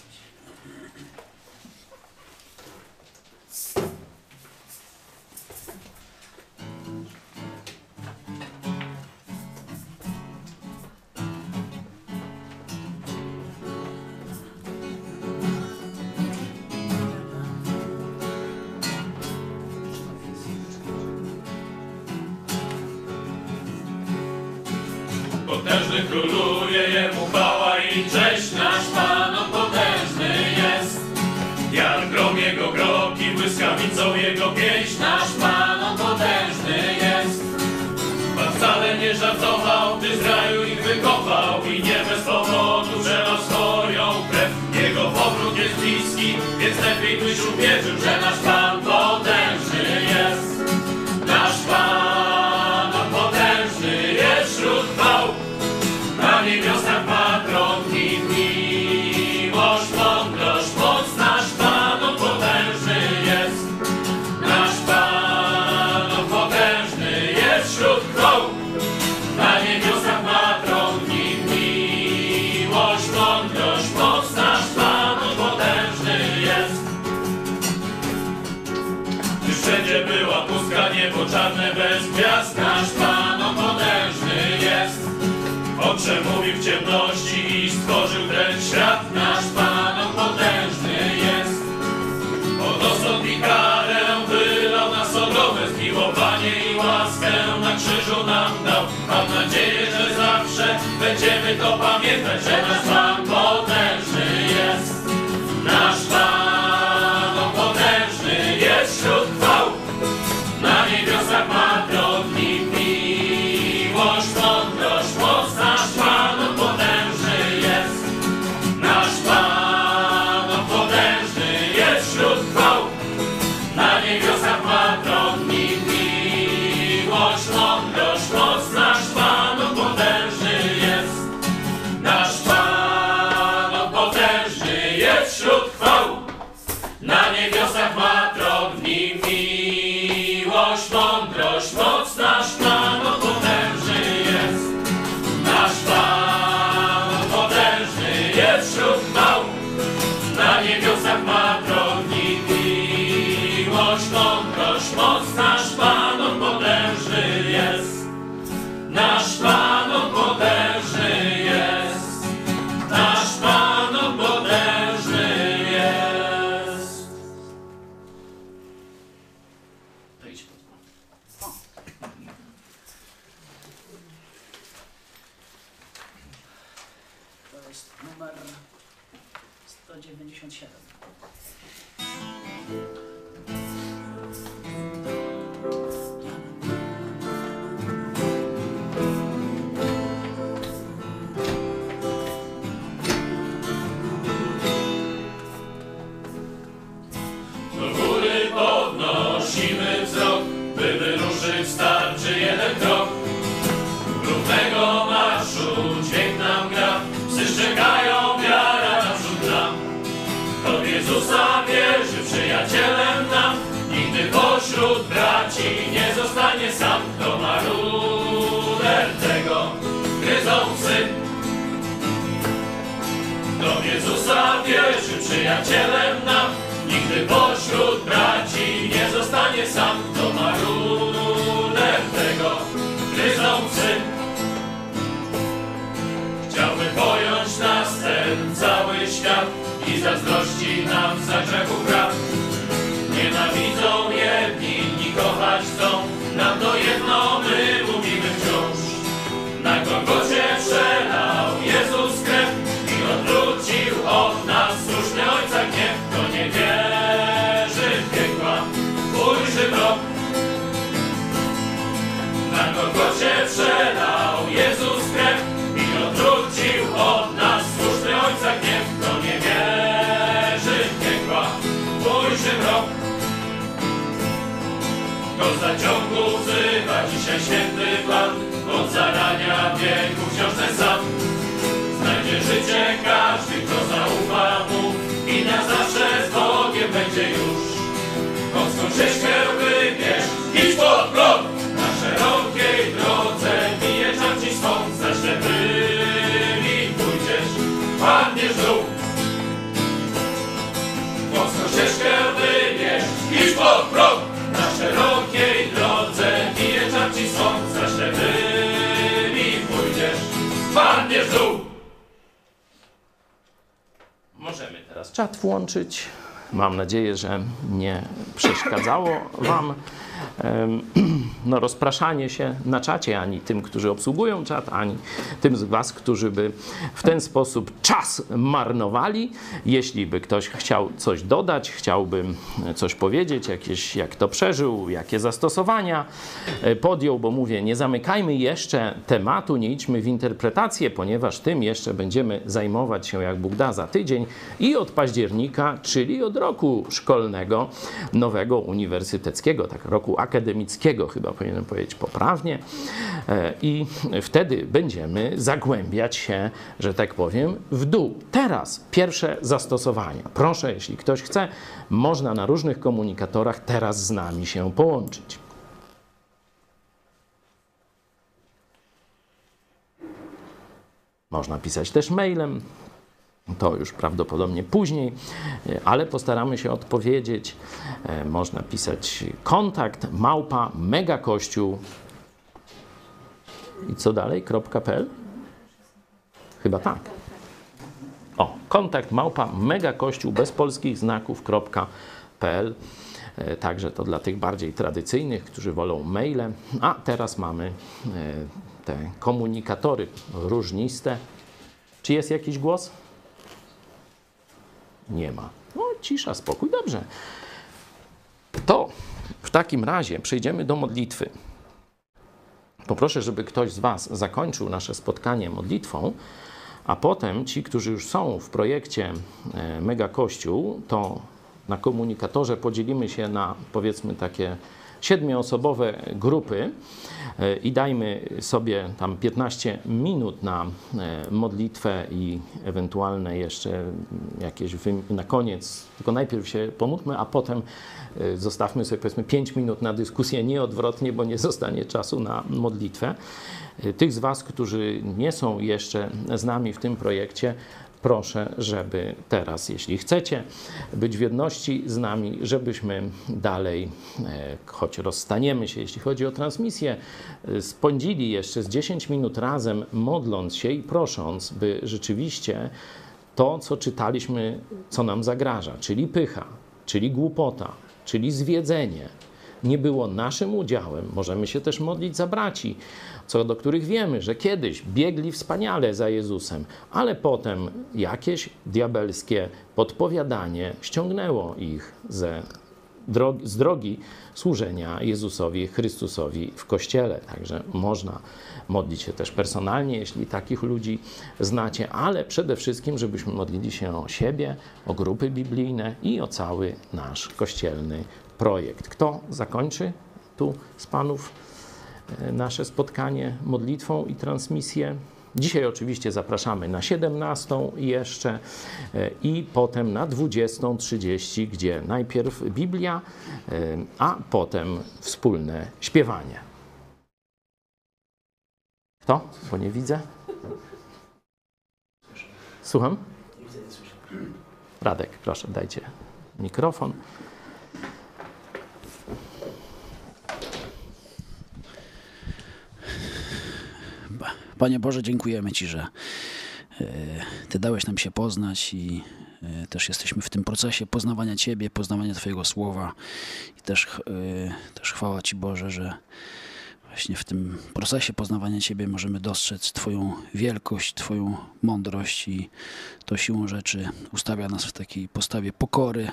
Potężny króluje, jemu chwała i cześć, nasz Pan on potężny jest. Jak grom jego groki, błyskawicą jego pieśń, nasz Pan on potężny jest. Pan wcale nie żartował, gdy z raju ich Ocze mówi w ciemności i stworzył ten świat. Nasz Pan on potężny jest. Od osobni karę wylał na Sodomę, zmiłowanie i łaskę na krzyżu nam dał. Mam nadzieję, że zawsze będziemy to pamiętać, że nasz Pan potężny jest. Nasz Pan on potężny jest wśród chwał. Na niebiosach ma tron i miłość, mądrość, moc. Nasz Pan on potężny jest. Nasz Pan on potężny jest wśród chwał. Na niebiosach ma tron i miłość, mądrość, moc. Nasz Pan on potężny jest. Nasz Pan on potężny jest wśród chwał. Na niebiosach ma tron i miłość, mądrość, moc. Nasz Pan on potężny jest. Nasz Pan on potężny jest wśród chwał. Na niebiosach ma tron i miłość, mądrość, moc. Nasz Pan on potężny jest. Nasz Pan on potężny jest. Nasz Pan on potężny jest. To idź pod To jest numer sto dziewięćdziesiąt siedem. Do góry podnosimy wzrok, by wyruszyć starczy jeden krok. Równego marszu dźwięk nam gra, psy szczekają, wiara naprzód nam. Do Jezusa wierzy, przyjacielem nam, nigdy pośród braci nie zostanie sam. To maruder tego gryzą psy. Do Jezusa wierzy, przyjacielem nam, nigdy pośród braci nie zostanie sam. To maruder tego gryzą psy. Chciałby pojąć nas ten cały świat i zazdrości nam za grzechów brak. Nienawidzą jedni, inni kochać chcą, nam to jedno my mówimy wciąż. Na Golgocie przelał Jezus krew i odwrócił od nas słuszny Ojca gniew. Kto nie wierzy w piekła, ujrzy mrok. Na Golgocie przelał Jezus krew i odwrócił od nas słuszny Ojca gniew. Kto nie wierzy w piekła, ujrzy mrok. Do zaciągu wzywa dzisiaj święty Pan, od zarania wieku wciąż ten sam. Znajdzie życie każdy, kto zaufa Mu i na zawsze z Bogiem będzie już. Wąską ścieżkę wybierz, idź pod prąd, na szerokiej drodze bije czam ci swą. Za ślepymi pójdziesz, padniesz w dół. Wąską ścieżkę wybierz, idź pod prąd, na szerokiej drodze bije czam ci swą. Za ślepymi pójdziesz, padniesz w dół. Możemy teraz czat włączyć. Mam nadzieję, że nie przeszkadzało Wam no, rozpraszanie się na czacie, ani tym, którzy obsługują czat, ani tym z Was, którzy by w ten sposób czas marnowali. Jeśli by ktoś chciał coś dodać, chciałby coś powiedzieć, jakieś, jak to przeżył, jakie zastosowania podjął, bo mówię, nie zamykajmy jeszcze tematu, nie idźmy w interpretację, ponieważ tym jeszcze będziemy zajmować się, jak Bóg da, za tydzień i od października, czyli od roku szkolnego, nowego, uniwersyteckiego, tak roku akademickiego, chyba powinienem powiedzieć poprawnie. I wtedy będziemy zagłębiać się, że tak powiem, w dół. Teraz pierwsze zastosowania. Proszę, jeśli ktoś chce, można na różnych komunikatorach teraz z nami się połączyć. Można pisać też mailem. To już prawdopodobnie później, ale postaramy się odpowiedzieć. Można pisać kontakt małpa megakościół i co dalej? .pl? Chyba tak. O, kontakt małpa megakościół bez polskich znaków kropka p l. Także to dla tych bardziej tradycyjnych, którzy wolą maile. A teraz mamy te komunikatory różniste. Czy jest jakiś głos? Nie ma. No, cisza, spokój, dobrze. To w takim razie przejdziemy do modlitwy. Poproszę, żeby ktoś z was zakończył nasze spotkanie modlitwą, a potem ci, którzy już są w projekcie Mega Kościół, to na komunikatorze podzielimy się na, powiedzmy, takie siedmioosobowe grupy i dajmy sobie tam piętnaście minut na modlitwę i ewentualne jeszcze jakieś na koniec, tylko najpierw się pomódlmy, a potem zostawmy sobie, powiedzmy, pięć minut na dyskusję, nie odwrotnie, bo nie zostanie czasu na modlitwę. Tych z was, którzy nie są jeszcze z nami w tym projekcie, proszę, żeby teraz, jeśli chcecie być w jedności z nami, żebyśmy dalej, choć rozstaniemy się, jeśli chodzi o transmisję, spędzili jeszcze z dziesięć minut razem, modląc się i prosząc, by rzeczywiście to, co czytaliśmy, co nam zagraża, czyli pycha, czyli głupota, czyli zwiedzenie, nie było naszym udziałem. Możemy się też modlić za braci, co do których wiemy, że kiedyś biegli wspaniale za Jezusem, ale potem jakieś diabelskie podpowiadanie ściągnęło ich ze drogi, z drogi służenia Jezusowi Chrystusowi w Kościele. Także można modlić się też personalnie, jeśli takich ludzi znacie, ale przede wszystkim, żebyśmy modlili się o siebie, o grupy biblijne i o cały nasz kościelny projekt. Kto zakończy tu z panów nasze spotkanie modlitwą i transmisję? Dzisiaj oczywiście zapraszamy na siedemnastą jeszcze i potem na dwudziestą trzydzieści, gdzie najpierw Biblia, a potem wspólne śpiewanie. Kto? Bo nie widzę. Słucham? Radek, proszę, dajcie mikrofon. Panie Boże, dziękujemy Ci, że Ty dałeś nam się poznać i też jesteśmy w tym procesie poznawania Ciebie, poznawania Twojego Słowa i też, też chwała Ci, Boże, że właśnie w tym procesie poznawania Ciebie możemy dostrzec Twoją wielkość, Twoją mądrość i to siłą rzeczy ustawia nas w takiej postawie pokory.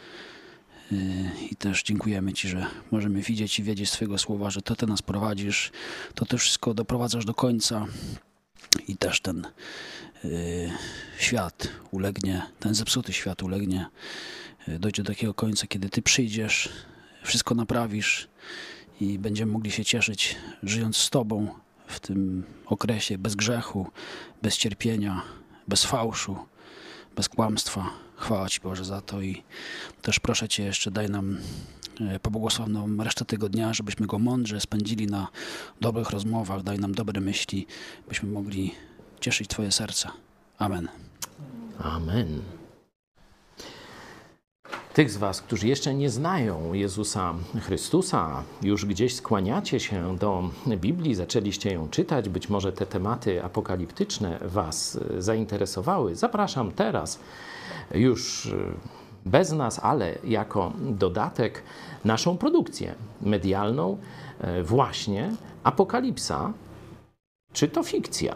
I też dziękujemy Ci, że możemy widzieć i wiedzieć z Twojego Słowa, że to Ty nas prowadzisz, to Ty wszystko doprowadzasz do końca i też ten y, świat ulegnie, ten zepsuty świat ulegnie, y, dojdzie do takiego końca, kiedy Ty przyjdziesz, wszystko naprawisz i będziemy mogli się cieszyć, żyjąc z Tobą w tym okresie bez grzechu, bez cierpienia, bez fałszu, bez kłamstwa. Chwała Ci, Boże, za to i też proszę Cię jeszcze, daj nam pobłogosławną resztę tego dnia, żebyśmy go mądrze spędzili na dobrych rozmowach, daj nam dobre myśli, byśmy mogli cieszyć Twoje serce. Amen. Amen. Tych z was, którzy jeszcze nie znają Jezusa Chrystusa, już gdzieś skłaniacie się do Biblii, zaczęliście ją czytać, być może te tematy apokaliptyczne was zainteresowały. Zapraszam teraz już bez nas, ale jako dodatek naszą produkcję medialną, właśnie Apokalipsa, czy to fikcja?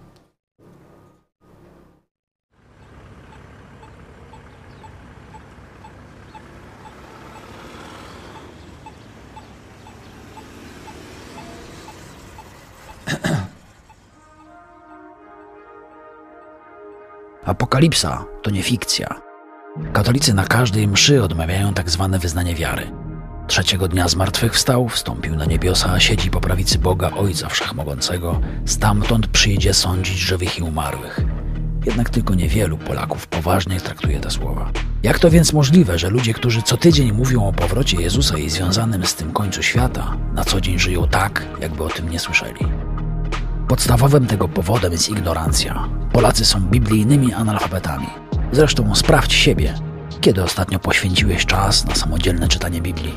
Apokalipsa to nie fikcja. Katolicy na każdej mszy odmawiają tak zwane wyznanie wiary. Trzeciego dnia zmartwychwstał, wstąpił na niebiosa, siedzi po prawicy Boga Ojca Wszechmogącego, stamtąd przyjdzie sądzić żywych i umarłych. Jednak tylko niewielu Polaków poważnie traktuje te słowa. Jak to więc możliwe, że ludzie, którzy co tydzień mówią o powrocie Jezusa i związanym z tym końcu świata, na co dzień żyją tak, jakby o tym nie słyszeli? Podstawowym tego powodem jest ignorancja. Polacy są biblijnymi analfabetami. Zresztą sprawdź siebie, kiedy ostatnio poświęciłeś czas na samodzielne czytanie Biblii.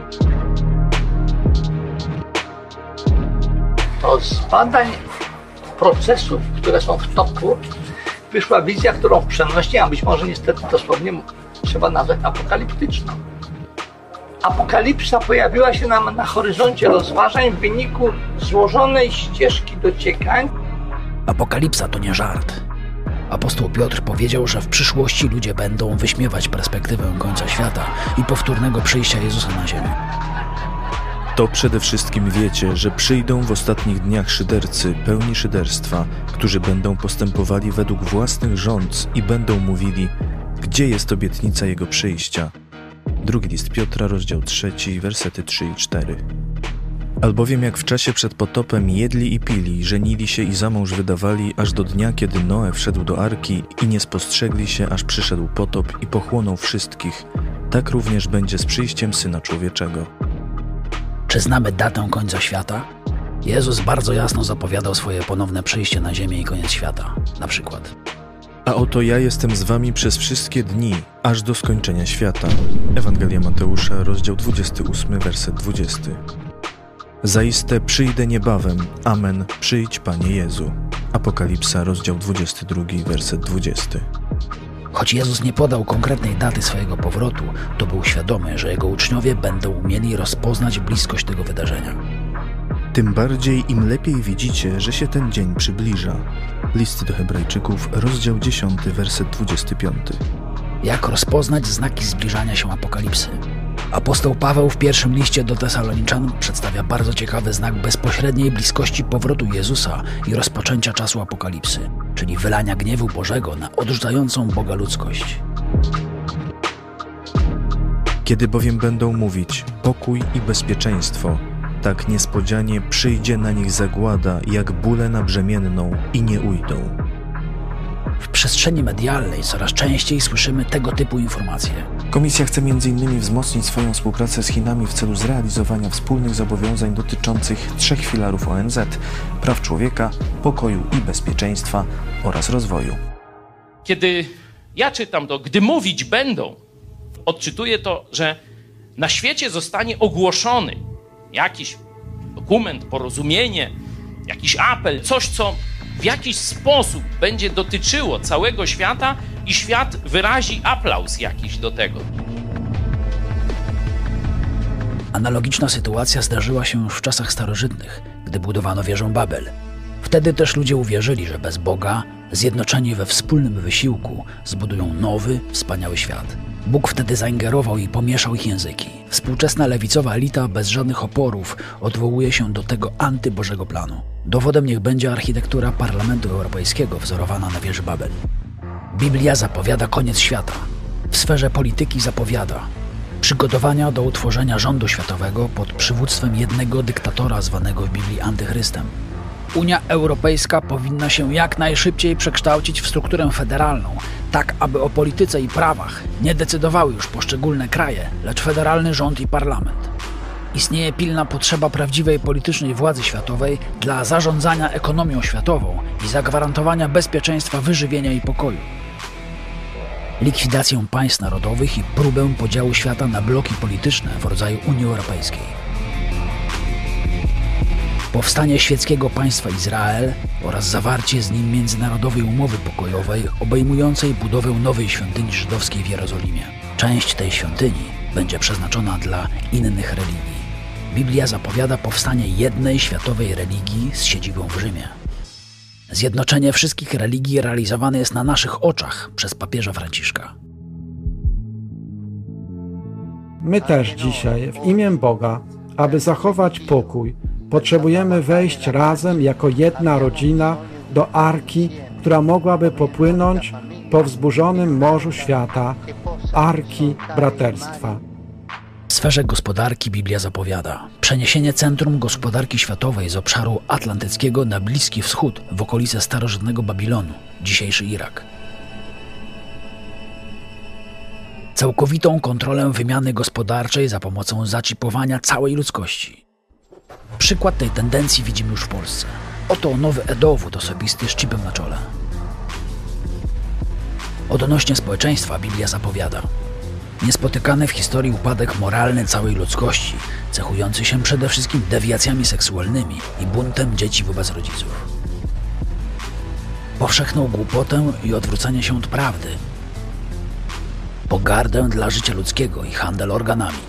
Od badań procesów, które są w toku, wyszła wizja, którą w przenośni, a być może niestety dosłownie trzeba nazwać apokaliptyczną. Apokalipsa pojawiła się nam na horyzoncie rozważań w wyniku złożonej ścieżki dociekań. Apokalipsa to nie żart. Apostoł Piotr powiedział, że w przyszłości ludzie będą wyśmiewać perspektywę końca świata i powtórnego przyjścia Jezusa na ziemię. To przede wszystkim wiecie, że przyjdą w ostatnich dniach szydercy, pełni szyderstwa, którzy będą postępowali według własnych rządz i będą mówili, gdzie jest obietnica Jego przyjścia. Drugi list Piotra, rozdział trzeci, wersety trzy i cztery. Albowiem jak w czasie przed potopem jedli i pili, żenili się i za mąż wydawali, aż do dnia, kiedy Noe wszedł do arki i nie spostrzegli się, aż przyszedł potop i pochłonął wszystkich, tak również będzie z przyjściem Syna Człowieczego. Czy znamy datę końca świata? Jezus bardzo jasno zapowiadał swoje ponowne przyjście na ziemię i koniec świata. Na przykład: A oto ja jestem z wami przez wszystkie dni, aż do skończenia świata. Ewangelia Mateusza, rozdział dwudziesty ósmy, werset dwudziesty. Zaiste przyjdę niebawem. Amen. Przyjdź, Panie Jezu. Apokalipsa, rozdział dwudziesty drugi, werset dwudziesty. Choć Jezus nie podał konkretnej daty swojego powrotu, to był świadomy, że Jego uczniowie będą umieli rozpoznać bliskość tego wydarzenia. Tym bardziej im lepiej widzicie, że się ten dzień przybliża. List do Hebrajczyków, rozdział dziesiąty, werset dwudziesty piąty. Jak rozpoznać znaki zbliżania się apokalipsy? Apostoł Paweł w pierwszym liście do Tesaloniczan przedstawia bardzo ciekawy znak bezpośredniej bliskości powrotu Jezusa i rozpoczęcia czasu apokalipsy, czyli wylania gniewu Bożego na odrzucającą Boga ludzkość. Kiedy bowiem będą mówić pokój i bezpieczeństwo, tak niespodzianie przyjdzie na nich zagłada, jak bóle na brzemienną i nie ujdą. W przestrzeni medialnej coraz częściej słyszymy tego typu informacje. Komisja chce między innymi wzmocnić swoją współpracę z Chinami w celu zrealizowania wspólnych zobowiązań dotyczących trzech filarów O N Z: praw człowieka, pokoju i bezpieczeństwa oraz rozwoju. Kiedy ja czytam to, gdy mówić będą, odczytuję to, że na świecie zostanie ogłoszony jakiś dokument, porozumienie, jakiś apel, coś, co w jakiś sposób będzie dotyczyło całego świata i świat wyrazi aplauz jakiś do tego. Analogiczna sytuacja zdarzyła się już w czasach starożytnych, gdy budowano wieżę Babel. Wtedy też ludzie uwierzyli, że bez Boga, zjednoczeni we wspólnym wysiłku, zbudują nowy, wspaniały świat. Bóg wtedy zaingerował i pomieszał ich języki. Współczesna lewicowa elita bez żadnych oporów odwołuje się do tego antybożego planu. Dowodem niech będzie architektura Parlamentu Europejskiego wzorowana na wieży Babel. Biblia zapowiada koniec świata. W sferze polityki zapowiada przygotowania do utworzenia rządu światowego pod przywództwem jednego dyktatora zwanego w Biblii antychrystem. Unia Europejska powinna się jak najszybciej przekształcić w strukturę federalną, tak aby o polityce i prawach nie decydowały już poszczególne kraje, lecz federalny rząd i parlament. Istnieje pilna potrzeba prawdziwej politycznej władzy światowej dla zarządzania ekonomią światową i zagwarantowania bezpieczeństwa wyżywienia i pokoju. Likwidację państw narodowych i próbę podziału świata na bloki polityczne w rodzaju Unii Europejskiej. Powstanie świeckiego państwa Izrael oraz zawarcie z nim międzynarodowej umowy pokojowej obejmującej budowę nowej świątyni żydowskiej w Jerozolimie. Część tej świątyni będzie przeznaczona dla innych religii. Biblia zapowiada powstanie jednej światowej religii z siedzibą w Rzymie. Zjednoczenie wszystkich religii realizowane jest na naszych oczach przez papieża Franciszka. My też dzisiaj w imię Boga, aby zachować pokój, potrzebujemy wejść razem jako jedna rodzina do arki, która mogłaby popłynąć po wzburzonym morzu świata, arki braterstwa. W sferze gospodarki Biblia zapowiada przeniesienie centrum gospodarki światowej z obszaru atlantyckiego na Bliski Wschód w okolice starożytnego Babilonu, dzisiejszy Irak. Całkowitą kontrolę wymiany gospodarczej za pomocą zaczipowania całej ludzkości. Przykład tej tendencji widzimy już w Polsce. Oto nowy e-dowód osobisty z czipem na czole. Odnośnie społeczeństwa Biblia zapowiada niespotykany w historii upadek moralny całej ludzkości, cechujący się przede wszystkim dewiacjami seksualnymi i buntem dzieci wobec rodziców. powszechną głupotę i odwrócenie się od prawdy, pogardę dla życia ludzkiego i handel organami.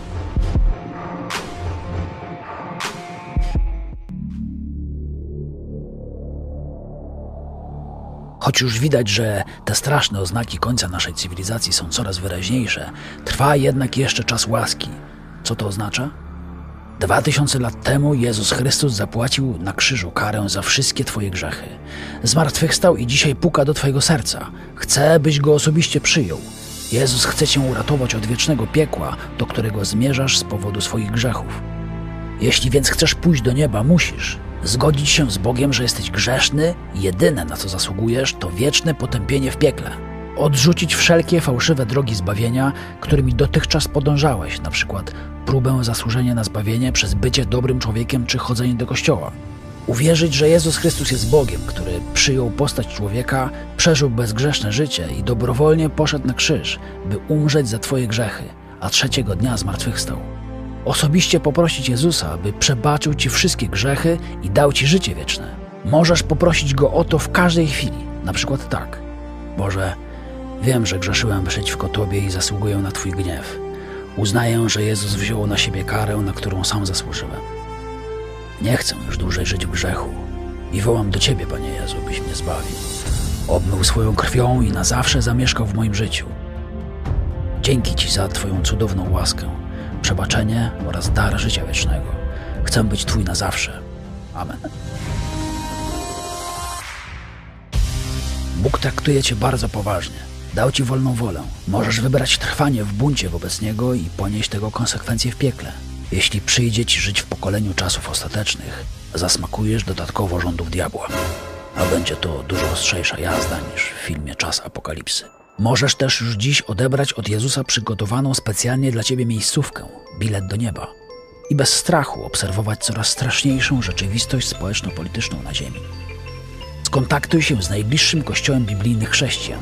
Choć już widać, że te straszne oznaki końca naszej cywilizacji są coraz wyraźniejsze, trwa jednak jeszcze czas łaski. Co to oznacza? Dwa tysiące lat temu Jezus Chrystus zapłacił na krzyżu karę za wszystkie twoje grzechy. Zmartwychwstał i dzisiaj puka do twojego serca. Chce, byś go osobiście przyjął. Jezus chce cię uratować od wiecznego piekła, do którego zmierzasz z powodu swoich grzechów. Jeśli więc chcesz pójść do nieba, musisz zgodzić się z Bogiem, że jesteś grzeszny i jedyne, na co zasługujesz, to wieczne potępienie w piekle. Odrzucić wszelkie fałszywe drogi zbawienia, którymi dotychczas podążałeś, na przykład próbę zasłużenia na zbawienie przez bycie dobrym człowiekiem czy chodzenie do kościoła. Uwierzyć, że Jezus Chrystus jest Bogiem, który przyjął postać człowieka, przeżył bezgrzeszne życie i dobrowolnie poszedł na krzyż, by umrzeć za twoje grzechy, a trzeciego dnia zmartwychwstał. Osobiście poprosić Jezusa, by przebaczył ci wszystkie grzechy i dał ci życie wieczne. Możesz poprosić Go o to w każdej chwili, na przykład tak: Boże, wiem, że grzeszyłem przeciwko Tobie i zasługuję na Twój gniew. Uznaję, że Jezus wziął na siebie karę, na którą sam zasłużyłem. Nie chcę już dłużej żyć w grzechu i wołam do Ciebie, Panie Jezu, byś mnie zbawił. Obmył swoją krwią i na zawsze zamieszkał w moim życiu. Dzięki Ci za Twoją cudowną łaskę, przebaczenie oraz dar życia wiecznego. Chcę być Twój na zawsze. Amen. Bóg traktuje Cię bardzo poważnie. Dał Ci wolną wolę. Możesz wybrać trwanie w buncie wobec Niego i ponieść tego konsekwencje w piekle. Jeśli przyjdzie Ci żyć w pokoleniu czasów ostatecznych, zasmakujesz dodatkowo rządów diabła. A będzie to dużo ostrzejsza jazda niż w filmie Czas Apokalipsy. Możesz też już dziś odebrać od Jezusa przygotowaną specjalnie dla Ciebie miejscówkę, bilet do nieba. I bez strachu obserwować coraz straszniejszą rzeczywistość społeczno-polityczną na ziemi. Skontaktuj się z najbliższym kościołem biblijnych chrześcijan.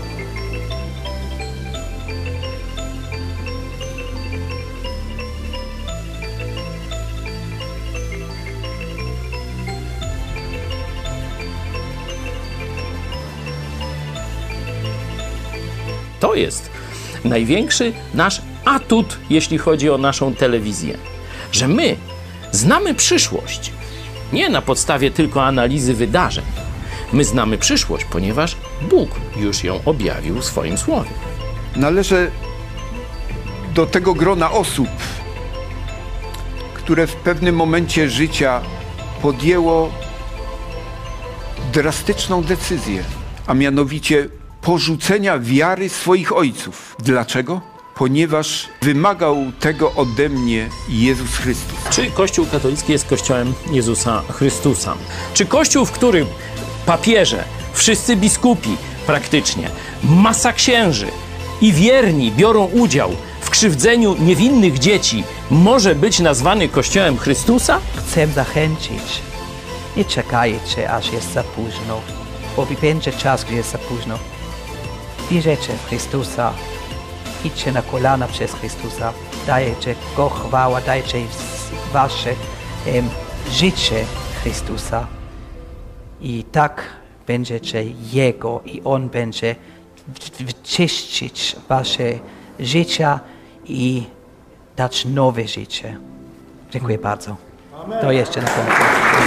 To jest największy nasz atut, jeśli chodzi o naszą telewizję. Że my znamy przyszłość. Nie na podstawie tylko analizy wydarzeń. My znamy przyszłość, ponieważ Bóg już ją objawił w swoim słowie. Należę do tego grona osób, które w pewnym momencie życia podjęło drastyczną decyzję, a mianowicie porzucenia wiary swoich ojców. Dlaczego? Ponieważ wymagał tego ode mnie Jezus Chrystus. Czy Kościół katolicki jest Kościołem Jezusa Chrystusa? Czy Kościół, w którym papieże, wszyscy biskupi praktycznie, masa księży i wierni biorą udział w krzywdzeniu niewinnych dzieci, może być nazwany Kościołem Chrystusa? Chcę zachęcić. Nie czekajcie, aż jest za późno, bo będzie czas, gdy jest za późno. Wierzycie w Chrystusa, idźcie na kolana przez Chrystusa, dajcie Go chwała, dajcie wasze um, życie Chrystusa i tak będziecie Jego i On będzie wyczyścić wasze życia i dać nowe życie. Dziękuję bardzo. Amen. To jeszcze na koniec.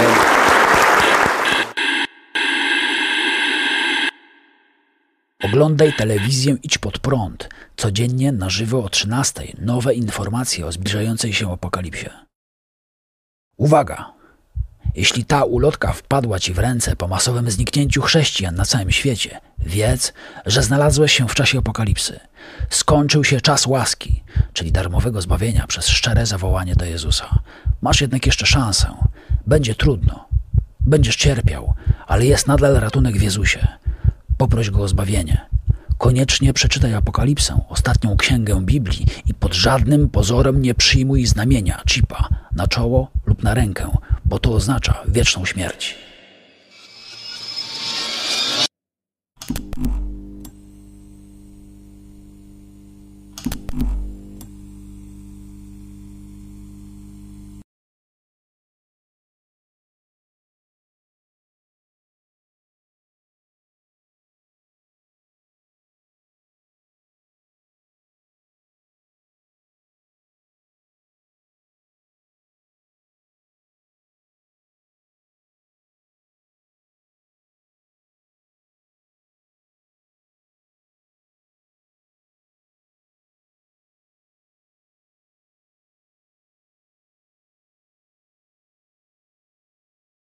Oglądaj telewizję Idź Pod Prąd. Codziennie na żywo o trzynastej. Nowe informacje o zbliżającej się apokalipsie. Uwaga! Jeśli ta ulotka wpadła Ci w ręce po masowym zniknięciu chrześcijan na całym świecie, wiedz, że znalazłeś się w czasie apokalipsy. Skończył się czas łaski, czyli darmowego zbawienia przez szczere zawołanie do Jezusa. Masz jednak jeszcze szansę. Będzie trudno. Będziesz cierpiał, ale jest nadal ratunek w Jezusie. Poproś Go o zbawienie. Koniecznie przeczytaj Apokalipsę, ostatnią księgę Biblii i pod żadnym pozorem nie przyjmuj znamienia, chipa, na czoło lub na rękę, bo to oznacza wieczną śmierć.